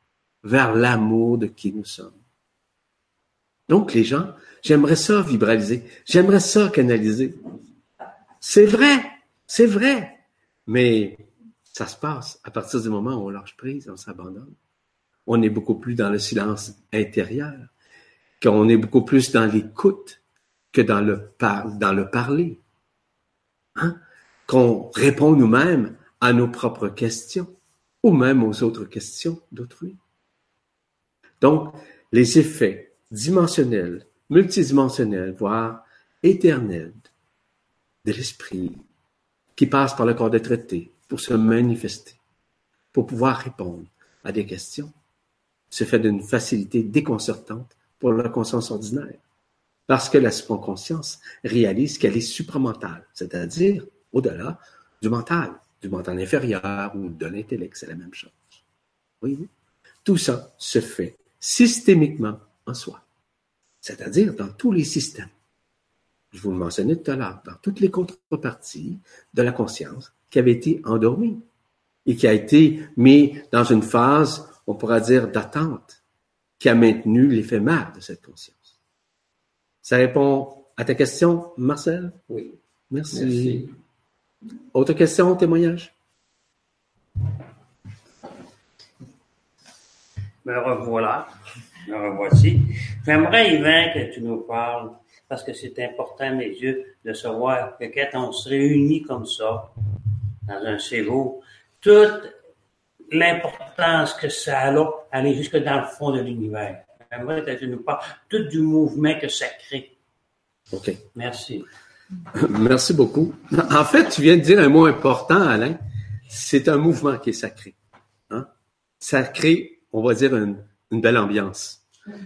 vers l'amour de qui nous sommes. Donc, les gens, j'aimerais ça vibraliser, j'aimerais ça canaliser. C'est vrai, c'est vrai, mais ça se passe à partir du moment où on lâche prise, on s'abandonne. On est beaucoup plus dans le silence intérieur, qu'on est beaucoup plus dans l'écoute que dans le, par, dans le parler. Hein? Qu'on répond nous-mêmes à nos propres questions ou même aux autres questions d'autrui. Donc, les effets dimensionnels, multidimensionnels, voire éternels de l'esprit qui passe par le corps des traités pour se manifester, pour pouvoir répondre à des questions, se fait d'une facilité déconcertante pour la conscience ordinaire. Parce que la supraconscience réalise qu'elle est supramentale, c'est-à-dire au-delà du mental, du mental inférieur ou de l'intellect, c'est la même chose. Voyez-vous? Tout ça se fait systémiquement en soi, c'est-à-dire dans tous les systèmes. Je vous le mentionnais tout à l'heure, dans toutes les contreparties de la conscience qui avait été endormie et qui a été mis dans une phase, on pourra dire, d'attente, qui a maintenu l'éphémère de cette conscience. Ça répond à ta question, Marcel? Oui. Merci. Merci. Autre question, témoignage? Me revoilà. Me revoici. J'aimerais, Yvan, que tu nous parles, parce que c'est important à mes yeux de savoir que quand on se réunit comme ça, dans un séjour, toute l'importance que ça a, aller jusque dans le fond de l'univers. J'aimerais que tu nous parles tout du mouvement que ça crée. OK. Merci. Merci beaucoup. En fait, tu viens de dire un mot important, Alain. C'est un mouvement qui est sacré. Hein? Ça crée, on va dire, une, une belle ambiance.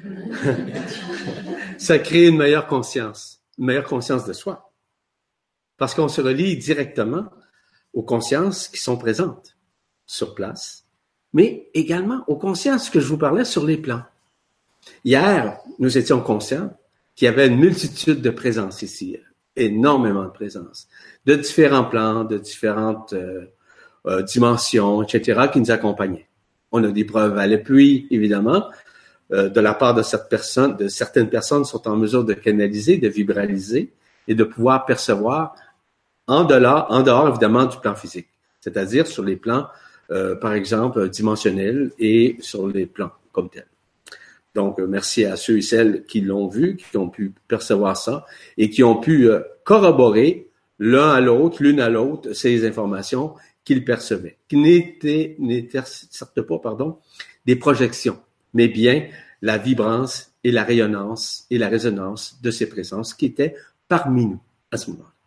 Ça crée une meilleure conscience, une meilleure conscience de soi. Parce qu'on se relie directement aux consciences qui sont présentes sur place, mais également aux consciences que je vous parlais sur les plans. Hier, nous étions conscients qu'il y avait une multitude de présences ici, énormément de présences, de différents plans, de différentes euh, euh, dimensions, et cetera, qui nous accompagnaient. On a des preuves à l'appui, évidemment, euh, de la part de cette personne, de certaines personnes sont en mesure de canaliser, de vibraliser et de pouvoir percevoir en dehors, en dehors évidemment du plan physique, c'est-à-dire sur les plans, euh, par exemple, dimensionnels et sur les plans comme tels. Donc, merci à ceux et celles qui l'ont vu, qui ont pu percevoir ça et qui ont pu euh, corroborer l'un à l'autre, l'une à l'autre, ces informations qu'ils percevaient, qui n'étaient, n'étaient certes pas, pardon, des projections, mais bien la vibrance et la rayonnance et la résonance de ces présences qui étaient parmi nous à ce moment-là.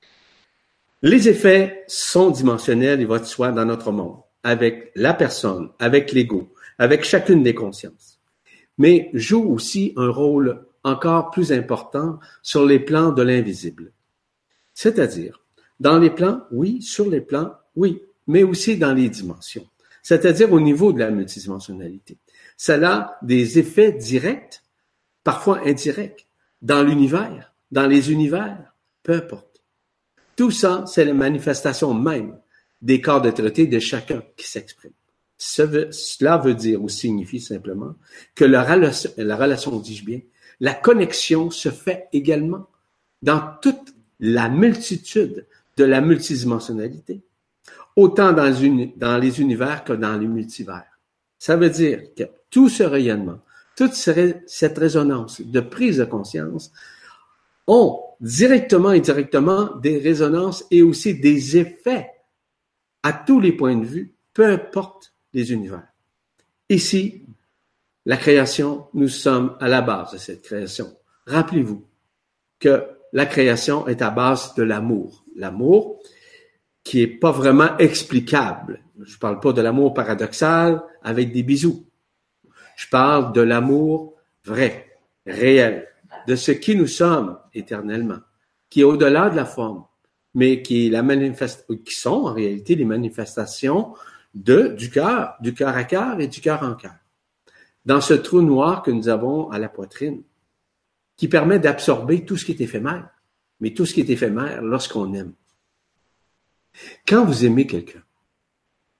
Les effets sont dimensionnels, il va de soi, dans notre monde, avec la personne, avec l'ego, avec chacune des consciences, mais jouent aussi un rôle encore plus important sur les plans de l'invisible. C'est-à-dire, dans les plans, oui, sur les plans, oui, mais aussi dans les dimensions, c'est-à-dire au niveau de la multidimensionnalité. Cela a des effets directs, parfois indirects, dans l'univers, dans les univers, peu importe. Tout ça, c'est la manifestation même des corps de traité de chacun qui s'exprime. Cela veut dire ou signifie simplement que la relation, la relation, dis-je bien, la connexion se fait également dans toute la multitude de la multidimensionnalité, autant dans, une, dans les univers que dans les multivers. Ça veut dire que tout ce rayonnement, toute cette résonance de prise de conscience ont directement et indirectement des résonances et aussi des effets à tous les points de vue, peu importe les univers. Ici, la création, nous sommes à la base de cette création. Rappelez-vous que la création est à base de l'amour. L'amour qui est pas vraiment explicable. Je parle pas de l'amour paradoxal avec des bisous. Je parle de l'amour vrai, réel, de ce qui nous sommes éternellement, qui est au-delà de la forme, mais qui est la manifeste, qui sont en réalité les manifestations de, du cœur, du cœur à cœur et du cœur en cœur. Dans ce trou noir que nous avons à la poitrine, qui permet d'absorber tout ce qui est éphémère, mais tout ce qui est éphémère lorsqu'on aime. Quand vous aimez quelqu'un,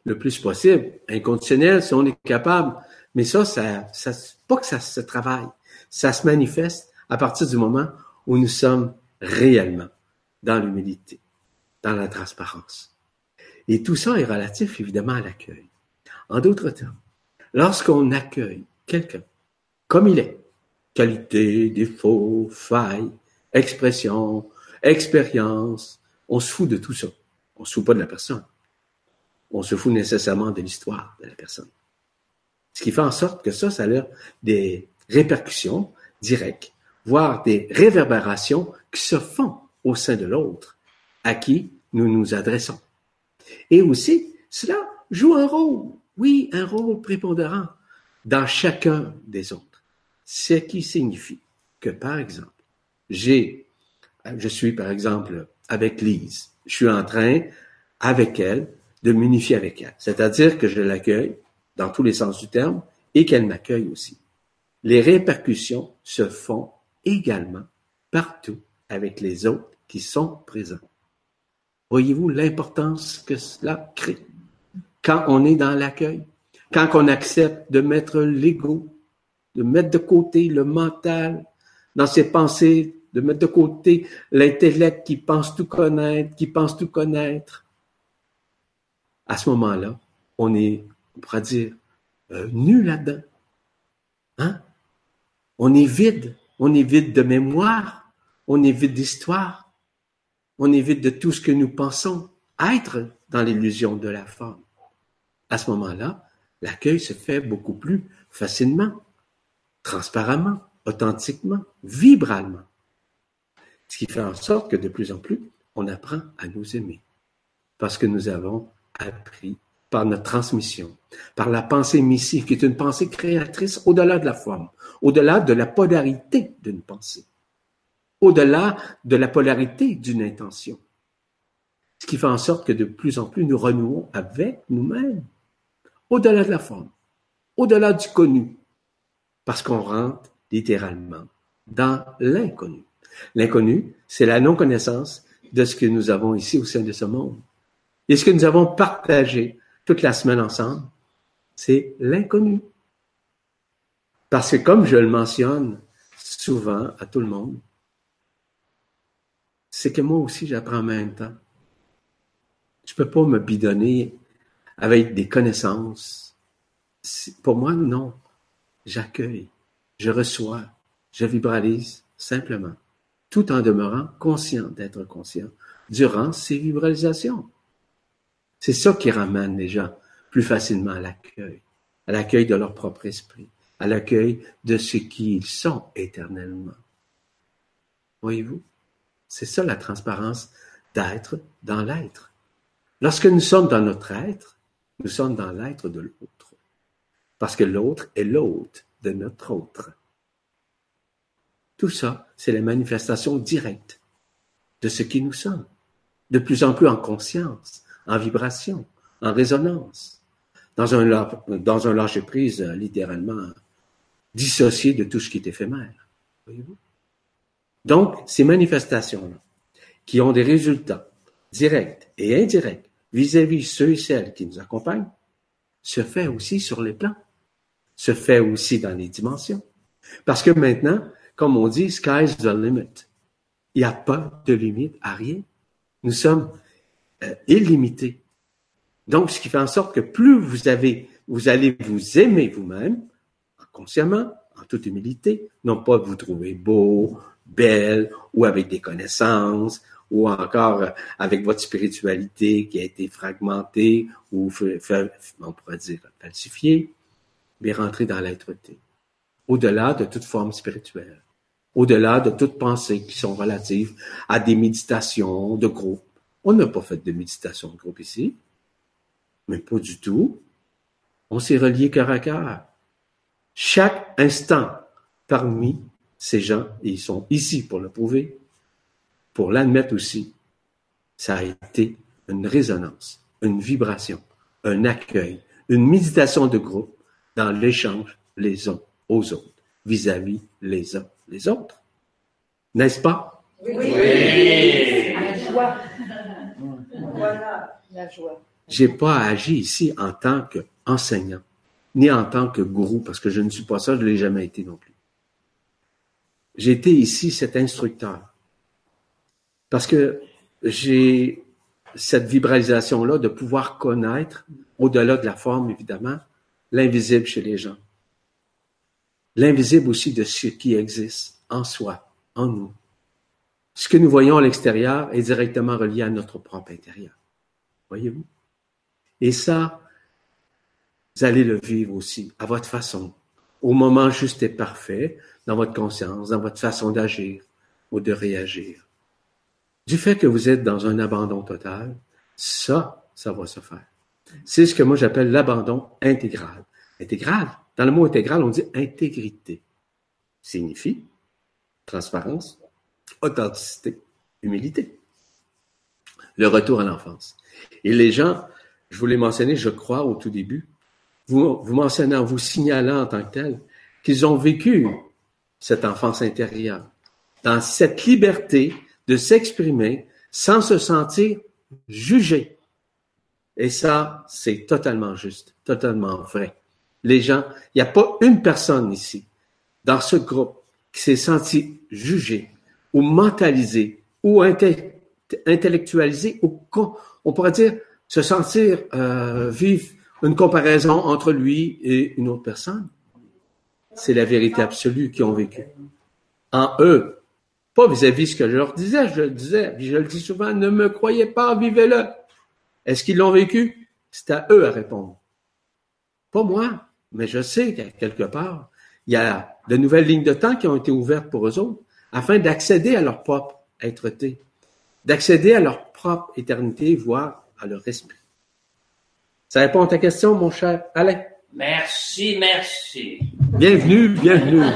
le plus possible, inconditionnel si on est capable. Mais ça, ça, ça, pas que ça se travaille, ça se manifeste à partir du moment où nous sommes réellement dans l'humilité, dans la transparence. Et tout ça est relatif, évidemment, à l'accueil. En d'autres termes, lorsqu'on accueille quelqu'un comme il est, qualité, défaut, faille, expression, expérience, on se fout de tout ça. On se fout pas de la personne. On se fout nécessairement de l'histoire de la personne. Ce qui fait en sorte que ça, ça a des répercussions directes, voire des réverbérations qui se font au sein de l'autre à qui nous nous adressons. Et aussi, cela joue un rôle, oui, un rôle prépondérant dans chacun des autres. Ce qui signifie que, par exemple, j'ai, je suis, par exemple, avec Lise. Je suis en train, avec elle, de m'unifier avec elle. C'est-à-dire que je l'accueille dans tous les sens du terme et qu'elle m'accueille aussi. Les répercussions se font également partout avec les autres qui sont présents. Voyez-vous l'importance que cela crée quand on est dans l'accueil, quand on accepte de mettre l'ego, de mettre de côté le mental dans ses pensées, de mettre de côté l'intellect qui pense tout connaître, qui pense tout connaître. À ce moment-là, on est, on pourrait dire, euh, nu là-dedans. Hein? On est vide. On est vide de mémoire. On est vide d'histoire. On est vide de tout ce que nous pensons être dans l'illusion de la forme. À ce moment-là, l'accueil se fait beaucoup plus facilement, transparentement, authentiquement, vibralement. Ce qui fait en sorte que de plus en plus, on apprend à nous aimer. Parce que nous avons appris par notre transmission, par la pensée missive, qui est une pensée créatrice au-delà de la forme, au-delà de la polarité d'une pensée, au-delà de la polarité d'une intention. Ce qui fait en sorte que de plus en plus, nous renouons avec nous-mêmes, au-delà de la forme, au-delà du connu, parce qu'on rentre littéralement dans l'inconnu. L'inconnu, c'est la non-connaissance de ce que nous avons ici au sein de ce monde. Et ce que nous avons partagé toute la semaine ensemble, c'est l'inconnu. Parce que comme je le mentionne souvent à tout le monde, c'est que moi aussi j'apprends en même temps. Je peux pas me bidonner avec des connaissances. Pour moi, non. J'accueille, je reçois, je vibralise simplement, tout en demeurant conscient d'être conscient durant ces vibralisations. C'est ça qui ramène les gens plus facilement à l'accueil, à l'accueil de leur propre esprit, à l'accueil de ce qu'ils sont éternellement. Voyez-vous? C'est ça la transparence d'être dans l'être. Lorsque nous sommes dans notre être, nous sommes dans l'être de l'autre. Parce que l'autre est l'hôte de notre autre. Tout ça, c'est la manifestation directe de ce qui nous sommes, de plus en plus en conscience, en vibration, en résonance, dans un, dans un lâcher-prise littéralement dissocié de tout ce qui est éphémère. Voyez-vous? Donc, ces manifestations-là, qui ont des résultats directs et indirects vis-à-vis ceux et celles qui nous accompagnent, se fait aussi sur les plans, se fait aussi dans les dimensions. Parce que maintenant, comme on dit, sky's the limit. Il n'y a pas de limite à rien. Nous sommes euh, illimités. Donc, ce qui fait en sorte que plus vous avez, vous allez vous aimer vous-même, consciemment, en toute humilité, non pas vous trouver beau, belle, ou avec des connaissances, ou encore avec votre spiritualité qui a été fragmentée, ou on pourrait dire falsifiée, mais rentrer dans l'être-té. Au-delà de toute forme spirituelle, au-delà de toute pensée qui sont relatives à des méditations de groupe. On n'a pas fait de méditation de groupe ici, mais pas du tout. On s'est relié cœur à cœur. Chaque instant parmi ces gens, et ils sont ici pour le prouver, pour l'admettre aussi, ça a été une résonance, une vibration, un accueil, une méditation de groupe dans l'échange les uns aux autres, vis-à-vis les uns les autres. N'est-ce pas? Oui. oui. La joie. Voilà, la joie. J'ai pas agi ici en tant qu'enseignant, ni en tant que gourou, parce que je ne suis pas ça, je ne l'ai jamais été non plus. J'ai été ici cet instructeur. Parce que j'ai cette vibralisation-là de pouvoir connaître, au-delà de la forme, évidemment, l'invisible chez les gens. L'invisible aussi de ce qui existe en soi, en nous. Ce que nous voyons à l'extérieur est directement relié à notre propre intérieur. Voyez-vous? Et ça, vous allez le vivre aussi, à votre façon, au moment juste et parfait, dans votre conscience, dans votre façon d'agir ou de réagir. Du fait que vous êtes dans un abandon total, ça, ça va se faire. C'est ce que moi j'appelle l'abandon intégral. Intégral, dans le mot intégral, on dit intégrité. Signifie transparence, authenticité, humilité. Le retour à l'enfance. Et les gens, je vous l'ai mentionné, je crois, au tout début, vous, vous mentionnant, vous signalant en tant que tel, qu'ils ont vécu cette enfance intérieure, dans cette liberté de s'exprimer sans se sentir jugé. Et ça, c'est totalement juste, totalement vrai. Les gens, il n'y a pas une personne ici, dans ce groupe, qui s'est senti jugé ou mentalisé ou inte- intellectualisé ou, on pourrait dire, se sentir euh, vivre une comparaison entre lui et une autre personne. C'est la vérité absolue qu'ils ont vécu. En eux, pas vis-à-vis ce que je leur disais, je le disais, puis je le dis souvent, ne me croyez pas, vivez-le. Est-ce qu'ils l'ont vécu? C'est à eux à répondre. Pas moi, mais je sais qu'à quelque part, il y a de nouvelles lignes de temps qui ont été ouvertes pour eux autres, afin d'accéder à leur propre être-té, d'accéder à leur propre éternité, voire à leur esprit. Ça répond à ta question, mon cher Alain? Merci, merci. Bienvenue, bienvenue.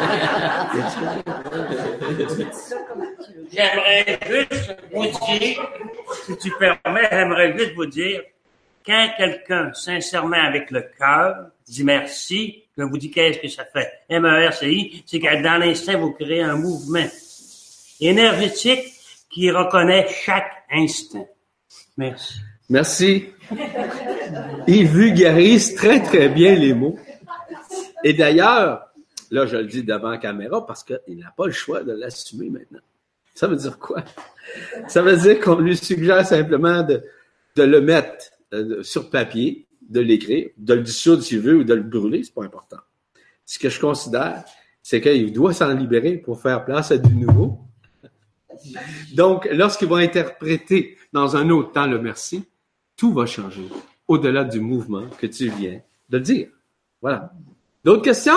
J'aimerais juste vous dire, si tu permets, j'aimerais juste vous dire, quand quelqu'un, sincèrement, avec le cœur, dit merci, je vous dis qu'est-ce que ça fait. M E R C I, c'est que dans l'instant, vous créez un mouvement énergétique qui reconnaît chaque instant. Merci. Merci. Il vulgarise très, très bien les mots. Et d'ailleurs, là, je le dis devant la caméra parce qu'il n'a pas le choix de l'assumer maintenant. Ça veut dire quoi? Ça veut dire qu'on lui suggère simplement de, de le mettre euh, sur papier, de l'écrire, de le dissoudre s'il veut ou de le brûler, c'est pas important. Ce que je considère, c'est qu'il doit s'en libérer pour faire place à du nouveau. Donc, lorsqu'il va interpréter dans un autre temps le merci, tout va changer au-delà du mouvement que tu viens de dire. Voilà. D'autres questions?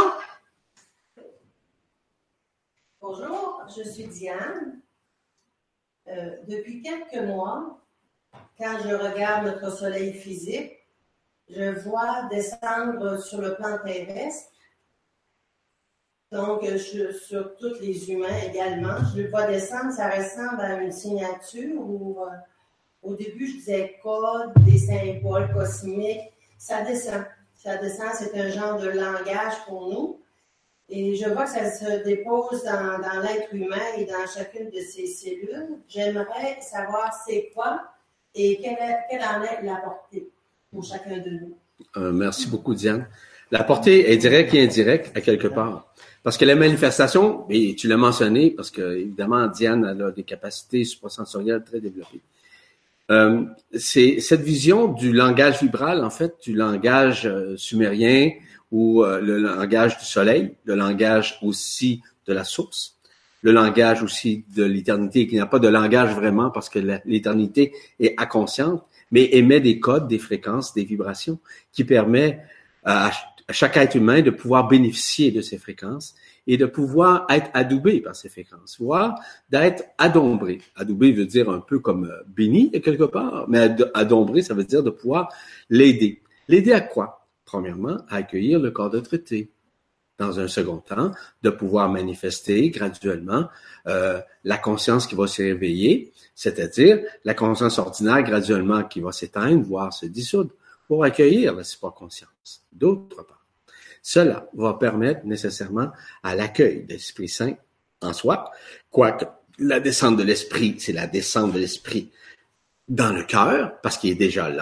Bonjour, je suis Diane. Euh, depuis quelques mois, quand je regarde notre soleil physique, je vois descendre sur le plan terrestre, donc je, sur tous les humains également, je le vois descendre, ça ressemble à une signature où euh, au début je disais code, des symboles cosmiques, ça descend, ça descend, c'est un genre de langage pour nous. Et je vois que ça se dépose dans, dans l'être humain et dans chacune de ses cellules. J'aimerais savoir c'est quoi et quelle, est, quelle en est la portée pour chacun de nous. Euh, merci beaucoup, Diane. La portée est directe et indirecte à quelque part. Parce que la manifestation, et tu l'as mentionné, parce que évidemment, Diane elle a des capacités suprasensorielles très développées. Euh, c'est cette vision du langage vibral, en fait, du langage euh, sumérien, ou euh, le langage du soleil, le langage aussi de la source, le langage aussi de l'éternité, qui n'a pas de langage vraiment parce que la, l'éternité est inconsciente, mais émet des codes, des fréquences, des vibrations qui permet à, à chaque être humain de pouvoir bénéficier de ces fréquences et de pouvoir être adoubé par ces fréquences, voire d'être adombré. Adoubé veut dire un peu comme béni quelque part, mais adombré, ça veut dire de pouvoir l'aider. L'aider à quoi? Premièrement, à accueillir le corps de traité. Dans un second temps, de pouvoir manifester graduellement euh, la conscience qui va se réveiller, c'est-à-dire la conscience ordinaire graduellement qui va s'éteindre, voire se dissoudre, pour accueillir la supraconscience. D'autre part, cela va permettre nécessairement à l'accueil de l'Esprit Saint en soi, quoique la descente de l'Esprit, c'est la descente de l'Esprit dans le cœur, parce qu'il est déjà là,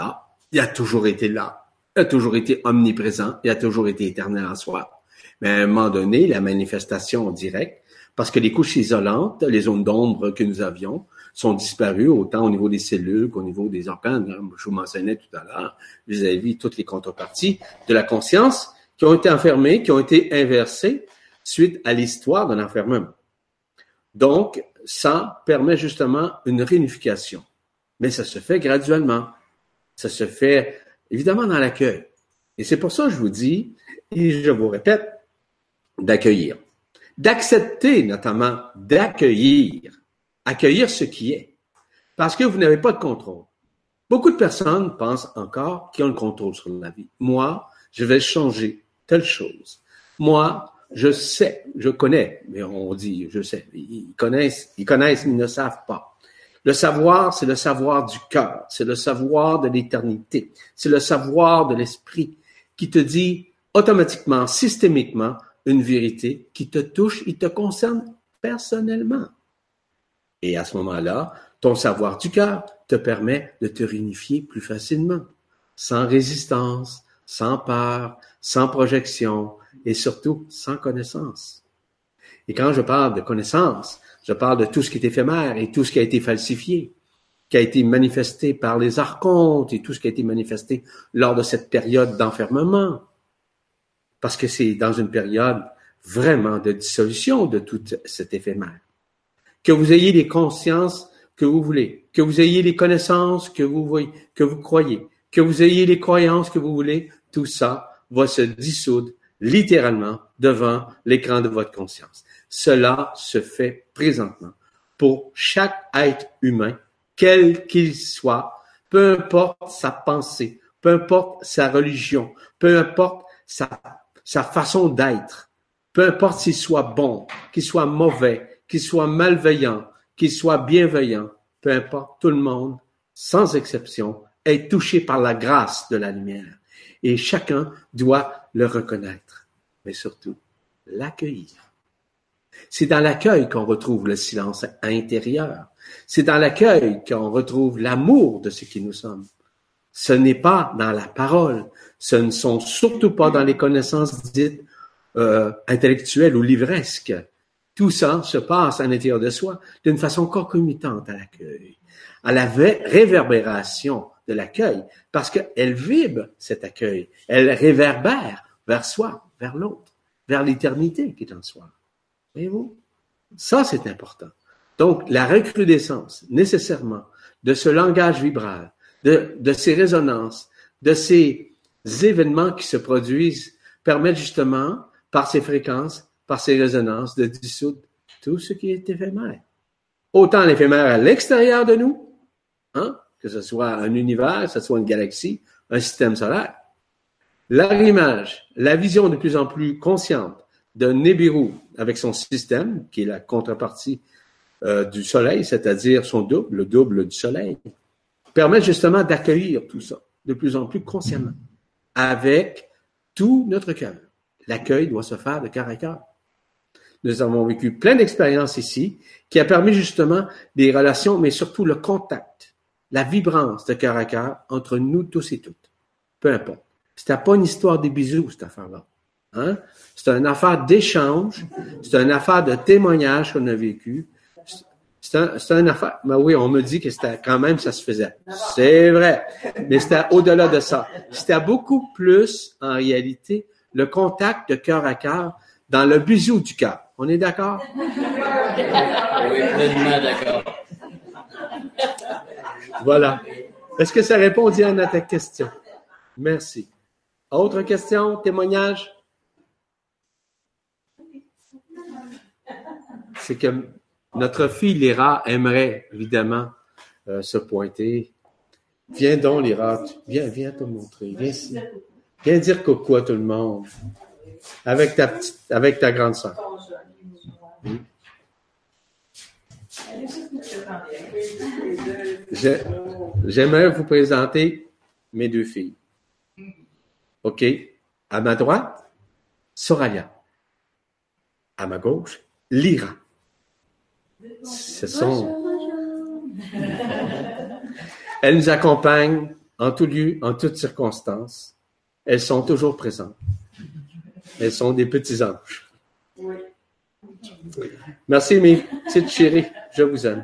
Il a toujours été là. Il a toujours été omniprésent. Il a toujours été éternel en soi. Mais à un moment donné, la manifestation directe, parce que les couches isolantes, les zones d'ombre que nous avions, sont disparues autant au niveau des cellules qu'au niveau des organes. Je vous mentionnais tout à l'heure, vis-à-vis toutes les contreparties de la conscience qui ont été enfermées, qui ont été inversées suite à l'histoire de l'enfermement. Donc, ça permet justement une réunification. Mais ça se fait graduellement. Ça se fait évidemment dans l'accueil. Et c'est pour ça que je vous dis, et je vous répète, d'accueillir. D'accepter notamment, d'accueillir. Accueillir ce qui est. Parce que vous n'avez pas de contrôle. Beaucoup de personnes pensent encore qu'ils ont le contrôle sur la vie. Moi, je vais changer telle chose. Moi, je sais, je connais, mais on dit je sais. Ils connaissent, ils connaissent, mais ils ne savent pas. Le savoir, c'est le savoir du cœur, c'est le savoir de l'éternité, c'est le savoir de l'esprit qui te dit automatiquement, systémiquement, une vérité qui te touche, qui te concerne personnellement. Et à ce moment-là, ton savoir du cœur te permet de te réunifier plus facilement, sans résistance, sans peur, sans projection et surtout sans connaissance. Et quand je parle de connaissance, je parle de tout ce qui est éphémère et tout ce qui a été falsifié, qui a été manifesté par les archontes et tout ce qui a été manifesté lors de cette période d'enfermement. Parce que c'est dans une période vraiment de dissolution de tout cet éphémère. Que vous ayez les consciences que vous voulez, que vous ayez les connaissances que vous voyez, que vous croyez, que vous ayez les croyances que vous voulez, tout ça va se dissoudre littéralement devant l'écran de votre conscience. Cela se fait présentement pour chaque être humain, quel qu'il soit, peu importe sa pensée, peu importe sa religion, peu importe sa, sa façon d'être, peu importe s'il soit bon, qu'il soit mauvais, qu'il soit malveillant, qu'il soit bienveillant, peu importe, tout le monde, sans exception, est touché par la grâce de la lumière. Et chacun doit le reconnaître, mais surtout l'accueillir. C'est dans l'accueil qu'on retrouve le silence intérieur. C'est dans l'accueil qu'on retrouve l'amour de ce qui nous sommes. Ce n'est pas dans la parole. Ce ne sont surtout pas dans les connaissances dites euh, intellectuelles ou livresques. Tout ça se passe à l'intérieur de soi d'une façon concomitante à l'accueil, à la réverbération de l'accueil, parce qu'elle vibre cet accueil. Elle réverbère vers soi, vers l'autre, vers l'éternité qui est en soi. Voyez-vous? Ça, c'est important. Donc, la recrudescence, nécessairement, de ce langage vibral, de, de ces résonances, de ces événements qui se produisent, permettent justement, par ces fréquences, par ces résonances, de dissoudre tout ce qui est éphémère. Autant l'éphémère à l'extérieur de nous, hein, que ce soit un univers, que ce soit une galaxie, un système solaire. L'arrimage, la vision de plus en plus consciente de Nibiru avec son système, qui est la contrepartie euh, du Soleil, c'est-à-dire son double, le double du Soleil, permet justement d'accueillir tout ça de plus en plus consciemment, avec tout notre cœur. L'accueil doit se faire de cœur à cœur. Nous avons vécu plein d'expériences ici qui a permis justement des relations, mais surtout le contact, la vibrance de cœur à cœur entre nous tous et toutes. Peu importe. C'était pas une histoire des bisous, cette affaire-là. Hein? C'est une affaire d'échange, c'est une affaire de témoignage qu'on a vécu. C'est un, c'est une affaire, ben oui, on me dit que c'était quand même, ça se faisait. C'est vrai. Mais c'était au-delà de ça. C'était beaucoup plus, en réalité, le contact de cœur à cœur dans le bisou du cœur. On est d'accord? Oui, pleinement d'accord. Voilà. Est-ce que ça répond, Diane, à ta question? Merci. Autre question, témoignage? C'est que notre fille Lyra aimerait évidemment euh, se pointer. Viens donc, Lyra. Viens, viens te montrer. Viens ici. Viens dire coucou à tout le monde. Avec ta petite, avec ta grande sœur. Hmm. Je, j'aimerais vous présenter mes deux filles. OK? À ma droite, Soraya. À ma gauche, Lyra. Ce sont... Elles nous accompagnent en tout lieu, en toutes circonstances. Elles sont toujours présentes. Elles sont des petits anges. Oui. Merci, mes petites chéries. Je vous aime.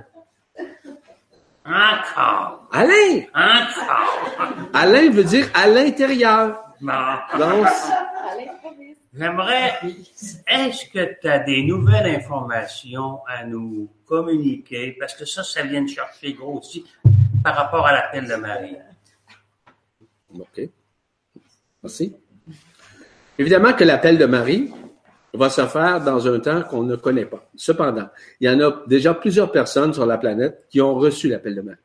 Encore. Alain! Encore. Alain veut dire à l'intérieur. Bon. Donc, J'aimerais, est-ce que tu as des nouvelles informations à nous communiquer? Parce que ça, ça vient de chercher gros aussi par rapport à l'appel de Marie. OK. Merci. Évidemment que l'appel de Marie va se faire dans un temps qu'on ne connaît pas. Cependant, il y en a déjà plusieurs personnes sur la planète qui ont reçu l'appel de Marie.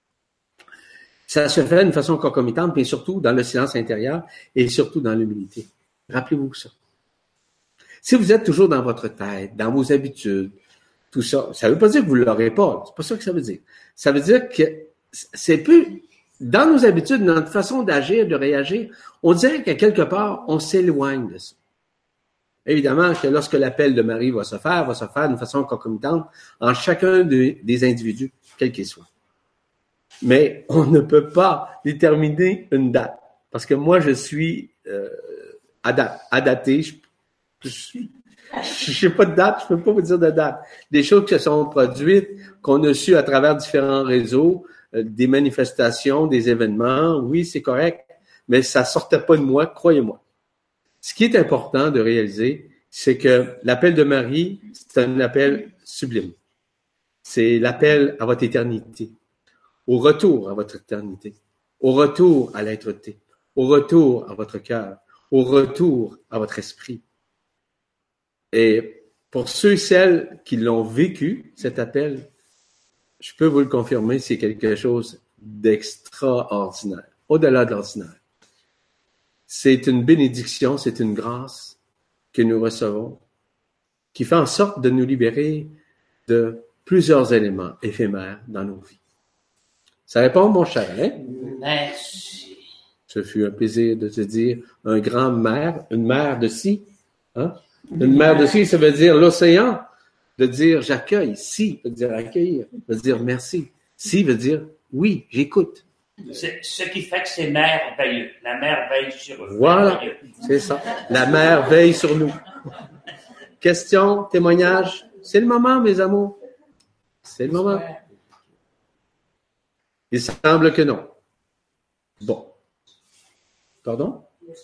Ça se fait d'une façon concomitante, mais surtout dans le silence intérieur et surtout dans l'humilité. Rappelez-vous ça. Si vous êtes toujours dans votre tête, dans vos habitudes, tout ça, ça ne veut pas dire que vous ne l'aurez pas. C'est pas ça que ça veut dire. Ça veut dire que c'est plus, dans nos habitudes, dans notre façon d'agir, de réagir, on dirait qu'à quelque part, on s'éloigne de ça. Évidemment que lorsque l'appel de Marie va se faire, va se faire d'une façon concomitante en chacun de, des individus, quels qu'ils soient. Mais on ne peut pas déterminer une date. Parce que moi, je suis euh, à date, à dater. Je je n'ai pas de date, je ne peux pas vous dire de date. Des choses qui se sont produites, qu'on a su à travers différents réseaux, euh, des manifestations, des événements, oui, c'est correct, mais ça sortait pas de moi, croyez-moi. Ce qui est important de réaliser, c'est que l'appel de Marie, c'est un appel sublime. C'est l'appel à votre éternité, au retour à votre éternité, au retour à l'être-té, au retour à votre cœur, au retour à votre esprit. Et pour ceux et celles qui l'ont vécu, cet appel, je peux vous le confirmer, c'est quelque chose d'extraordinaire, au-delà de l'ordinaire. C'est une bénédiction, c'est une grâce que nous recevons, qui fait en sorte de nous libérer de plusieurs éléments éphémères dans nos vies. Ça répond, mon cher Alain? Merci. Ce fut un plaisir de te dire un grand mère, une mère de si, hein? Une mer de si, ça veut dire l'océan. De dire j'accueille. Si veut dire accueillir. Veut dire merci. Si veut dire oui, j'écoute. C'est ce qui fait que c'est merveilleux. La mer veille sur eux. Voilà. Merveilleux. C'est ça. La mer veille sur nous. Question, témoignage. C'est le moment, mes amours. C'est le moment. Il semble que non. Bon. Pardon?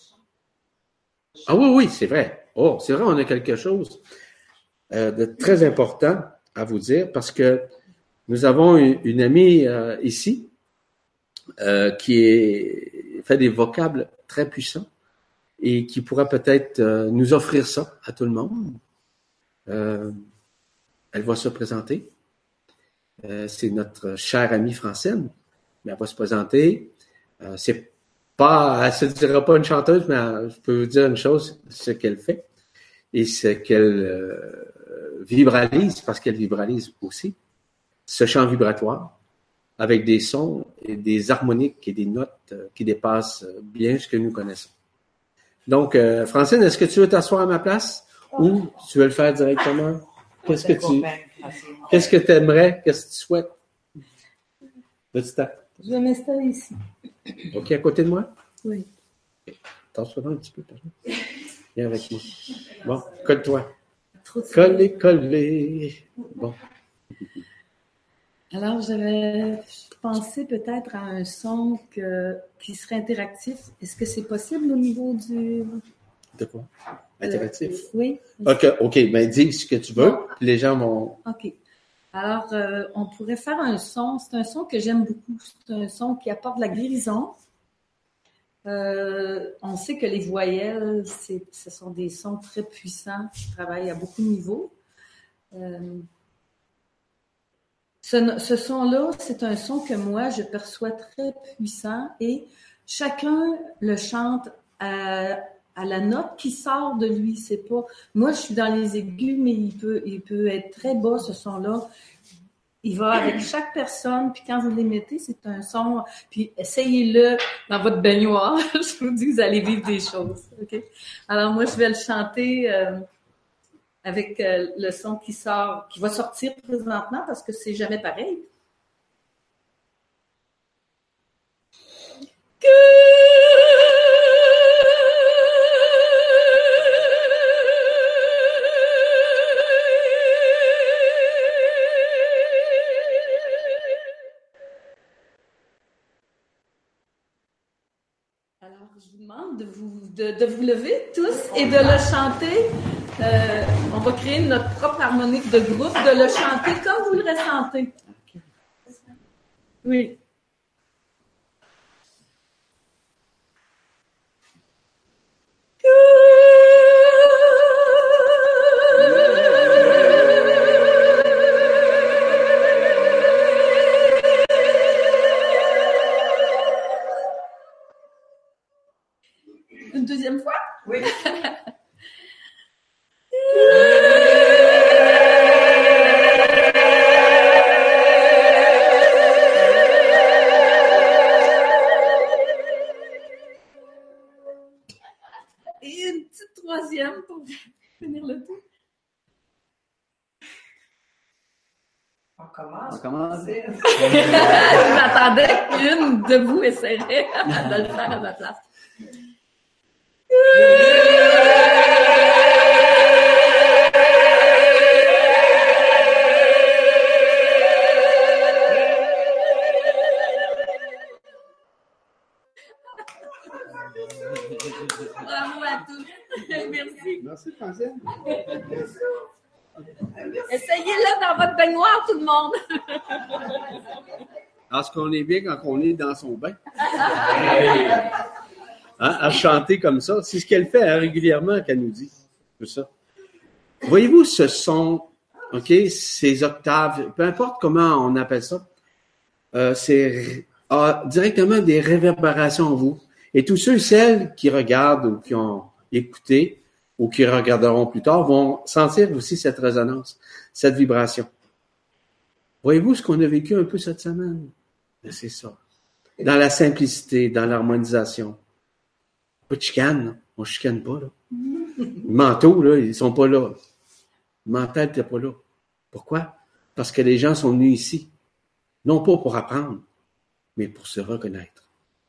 Ah oui, oui, c'est vrai. Oh, c'est vrai, on a quelque chose euh, de très important à vous dire parce que nous avons une, une amie euh, ici euh, qui est, fait des vocables très puissants et qui pourra peut-être euh, nous offrir ça à tout le monde. Euh, elle va se présenter. Euh, c'est notre chère amie Francine, mais elle va se présenter. Euh, c'est Pas, elle se dira pas une chanteuse, mais elle, je peux vous dire une chose, ce qu'elle fait, et ce qu'elle euh, vibralise, parce qu'elle vibralise aussi, ce chant vibratoire, avec des sons et des harmoniques et des notes euh, qui dépassent bien ce que nous connaissons. Donc, euh, Francine, est-ce que tu veux t'asseoir à ma place ou tu veux le faire directement? Qu'est-ce que tu, qu'est-ce que tu aimerais? Qu'est-ce que tu souhaites? Petit temps. Je vais m'installer ici. OK, à côté de moi? Oui. T'en un petit peu, pardon. Viens avec moi. Bon, colle-toi. Trop de Collez, collez. Bon. Alors, j'avais pensé peut-être à un son que, qui serait interactif. Est-ce que c'est possible au niveau du... De quoi? Interactif? Euh, oui. OK, OK. Ben, dis ce que tu veux. Bon. Puis les gens vont... OK. Alors, euh, on pourrait faire un son. C'est un son que j'aime beaucoup. C'est un son qui apporte de la guérison. Euh, on sait que les voyelles, c'est, ce sont des sons très puissants qui travaillent à beaucoup de niveaux. Euh, ce, ce son-là, c'est un son que moi, je perçois très puissant et chacun le chante à, à la note qui sort de lui. C'est pas, moi, je suis dans les aigus, mais il peut, il peut être très bas, ce son-là. Il va avec chaque personne, puis quand vous les mettez, c'est un son, puis essayez-le dans votre baignoire. Je vous dis, vous allez vivre des choses. Okay? Alors moi, je vais le chanter euh, avec euh, le son qui sort, qui va sortir présentement parce que c'est jamais pareil. Alors, je vous demande de vous, de, de vous lever tous et de le chanter. Euh, on va créer notre propre harmonique de groupe, de le chanter comme vous le ressentez. Oui. Une deuxième fois? Oui. Et une petite troisième pour finir le tout. On commence. On commence. J'attendais qu'une de vous essaierait de le faire à ma place. Bravo à tous. Merci. Merci, Francine. Essayez-le dans votre baignoire, tout le monde. Est-ce qu'on est bien quand on est dans son bain? Hein, à chanter comme ça. C'est ce qu'elle fait hein, régulièrement qu'elle nous dit. Tout ça. Voyez-vous ce son, OK, ces octaves, peu importe comment on appelle ça, euh, c'est a directement des réverbérations en vous. Et tous ceux et celles qui regardent ou qui ont écouté ou qui regarderont plus tard vont sentir aussi cette résonance, cette vibration. Voyez-vous ce qu'on a vécu un peu cette semaine? Ben, c'est ça. Dans la simplicité, dans l'harmonisation. Pas de chicane, on chicane pas, là. Les manteaux, là, ils sont pas là. Le mental n'était pas là. Pourquoi? Parce que les gens sont venus ici. Non pas pour apprendre, mais pour se reconnaître.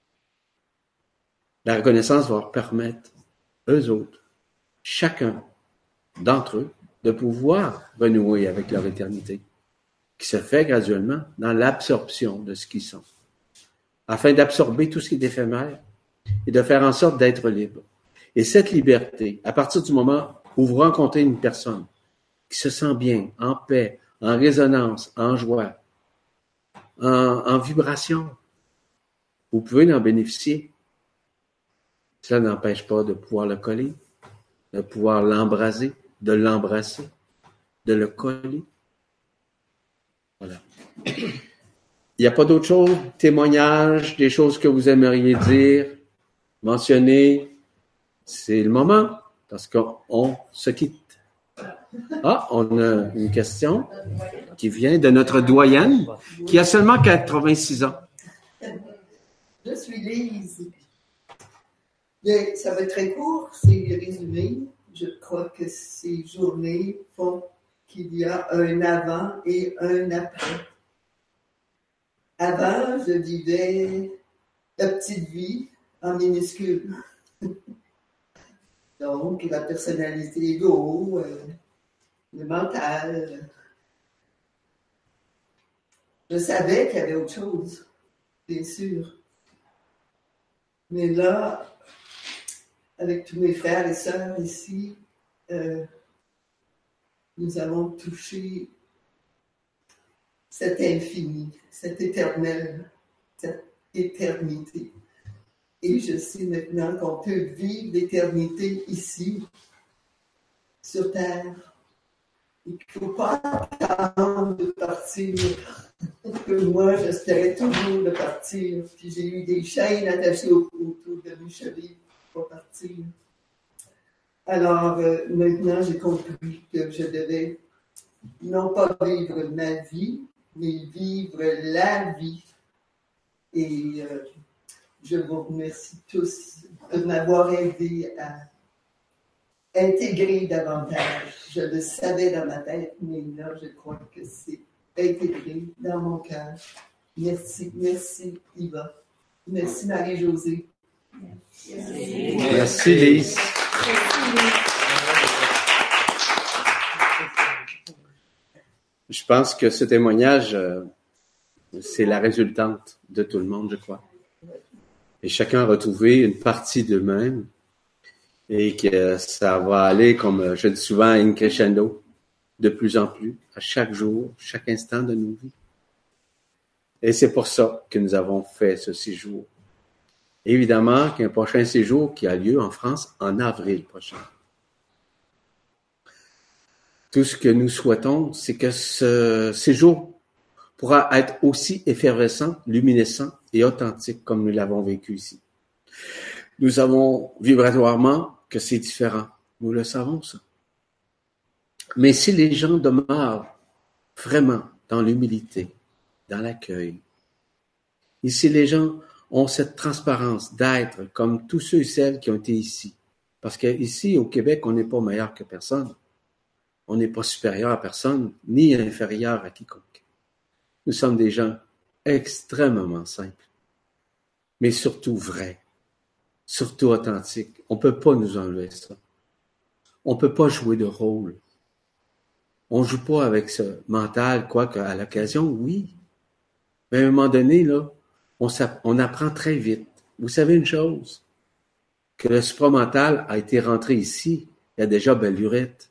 La reconnaissance va leur permettre, eux autres, chacun d'entre eux, de pouvoir renouer avec leur éternité, qui se fait graduellement dans l'absorption de ce qu'ils sont, afin d'absorber tout ce qui est éphémère et de faire en sorte d'être libre. Et cette liberté, à partir du moment où vous rencontrez une personne qui se sent bien, en paix, en résonance, en joie, en, en vibration, vous pouvez en bénéficier. Cela n'empêche pas de pouvoir le coller, de pouvoir l'embraser, de l'embrasser, de le coller. Voilà. Il n'y a pas d'autre chose, témoignages, des choses que vous aimeriez dire, mentionner. C'est le moment, parce qu'on se quitte. Ah, on a une question qui vient de notre doyenne, qui a seulement quatre-vingt-six ans. Je suis Lise. Bien, ça va être très court, c'est résumé. Je crois que ces journées font qu'il y a un avant et un après. Avant, je vivais la petite vie en minuscule. Donc, la personnalité, l'ego, euh, le mental. Je savais qu'il y avait autre chose, bien sûr. Mais là, avec tous mes frères et sœurs ici, euh, nous avons touché cet infini, cet éternel, cette éternité. Et je sais maintenant qu'on peut vivre l'éternité ici, sur Terre. Il ne faut pas attendre de partir. Que moi, j'espérais toujours de partir. Puis j'ai eu des chaînes attachées autour de mes chevilles pour partir. Alors, euh, maintenant, j'ai compris que je devais non pas vivre ma vie, mais vivre la vie. Et euh, je vous remercie tous de m'avoir aidé à intégrer davantage. Je le savais dans ma tête, mais là, je crois que c'est intégré dans mon cœur. Merci, merci, Yva. Merci Marie-Josée. Merci, Merci Lise. Je pense que ce témoignage, euh, c'est la résultante de tout le monde, je crois. Et chacun a retrouvé une partie d'eux-mêmes et que ça va aller, comme je dis souvent, in crescendo, de plus en plus, à chaque jour, chaque instant de nos vies. Et c'est pour ça que nous avons fait ce séjour. Évidemment qu'il y a un prochain séjour qui a lieu en France en avril prochain. Tout ce que nous souhaitons, c'est que ce séjour pourra être aussi effervescent, luminescent et authentique comme nous l'avons vécu ici. Nous savons vibratoirement que c'est différent. Nous le savons, ça. Mais si les gens demeurent vraiment dans l'humilité, dans l'accueil, et si les gens ont cette transparence d'être comme tous ceux et celles qui ont été ici, parce qu'ici, au Québec, on n'est pas meilleur que personne. On n'est pas supérieur à personne, ni inférieur à quiconque. Nous sommes des gens extrêmement simples, mais surtout vrais, surtout authentiques. On ne peut pas nous enlever ça. On ne peut pas jouer de rôle. On ne joue pas avec ce mental, quoique à l'occasion, oui. Mais à un moment donné, là, on, on apprend très vite. Vous savez une chose, que le supramental a été rentré ici, il y a déjà belle lurette.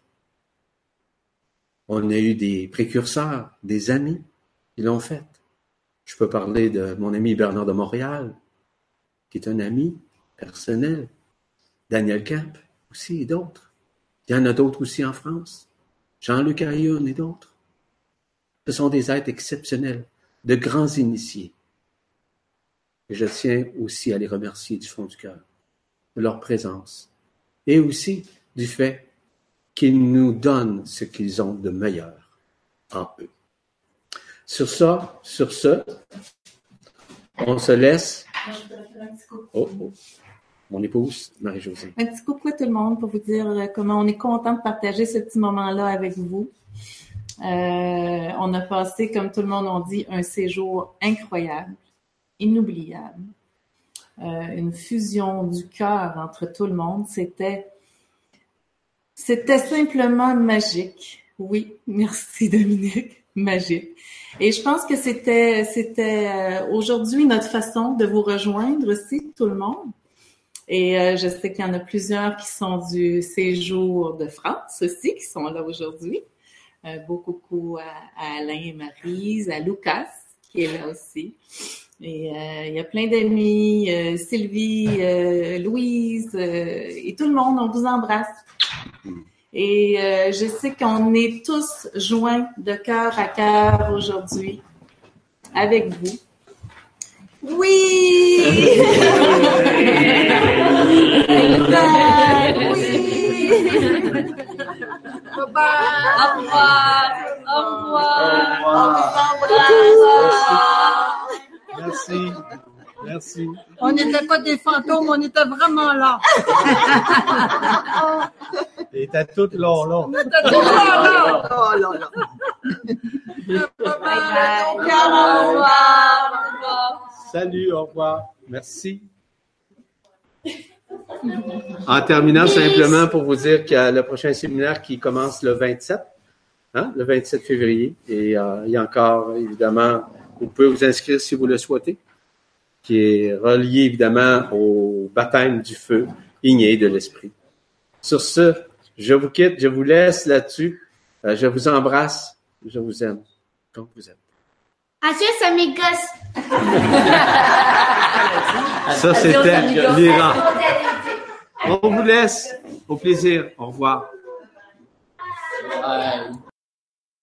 On a eu des précurseurs, des amis qui l'ont fait. Je peux parler de mon ami Bernard de Montréal, qui est un ami personnel. Daniel Camp aussi et d'autres. Il y en a d'autres aussi en France. Jean-Luc Ayoun et d'autres. Ce sont des êtres exceptionnels, de grands initiés. Et je tiens aussi à les remercier du fond du cœur de leur présence et aussi du fait qu'ils nous donnent ce qu'ils ont de meilleur en eux. Sur ça, sur ce, on se laisse. Oh, oh. Mon épouse, Marie-Josée. Un petit coucou à tout le monde pour vous dire comment on est content de partager ce petit moment-là avec vous. Euh, on a passé, comme tout le monde a dit, un séjour incroyable, inoubliable. Euh, une fusion du cœur entre tout le monde. C'était, c'était simplement magique. Oui, merci Dominique, magique. Et je pense que c'était, c'était euh, aujourd'hui notre façon de vous rejoindre aussi, tout le monde. Et euh, je sais qu'il y en a plusieurs qui sont du séjour de France aussi, qui sont là aujourd'hui. Un beau coucou à, à Alain et Maryse, à Lucas, qui est là aussi. Et euh, il y a plein d'amis, euh, Sylvie, euh, Louise, euh, et tout le monde, on vous embrasse. Et euh, je sais qu'on est tous joints de cœur à cœur aujourd'hui avec vous. Oui! Exact! Oui! Bye-bye! Au revoir! Au revoir! Au revoir! Merci. Merci. On n'était pas des fantômes, on était vraiment là. Il était tout là, là. On était tout là, là. Oh là là. Bye-bye! Au revoir! Salut, au revoir. Merci. En terminant, simplement pour vous dire qu'il y a le prochain séminaire qui commence le vingt-sept, hein, le vingt-sept février. Et euh, il y a encore, évidemment, vous pouvez vous inscrire si vous le souhaitez, qui est relié, évidemment, au baptême du feu igné de l'esprit. Sur ce, je vous quitte, je vous laisse là-dessus. Euh, je vous embrasse, je vous aime comme vous êtes. Adios, amigos. Ça, c'était l'Iran. On vous laisse. Au plaisir. Au revoir.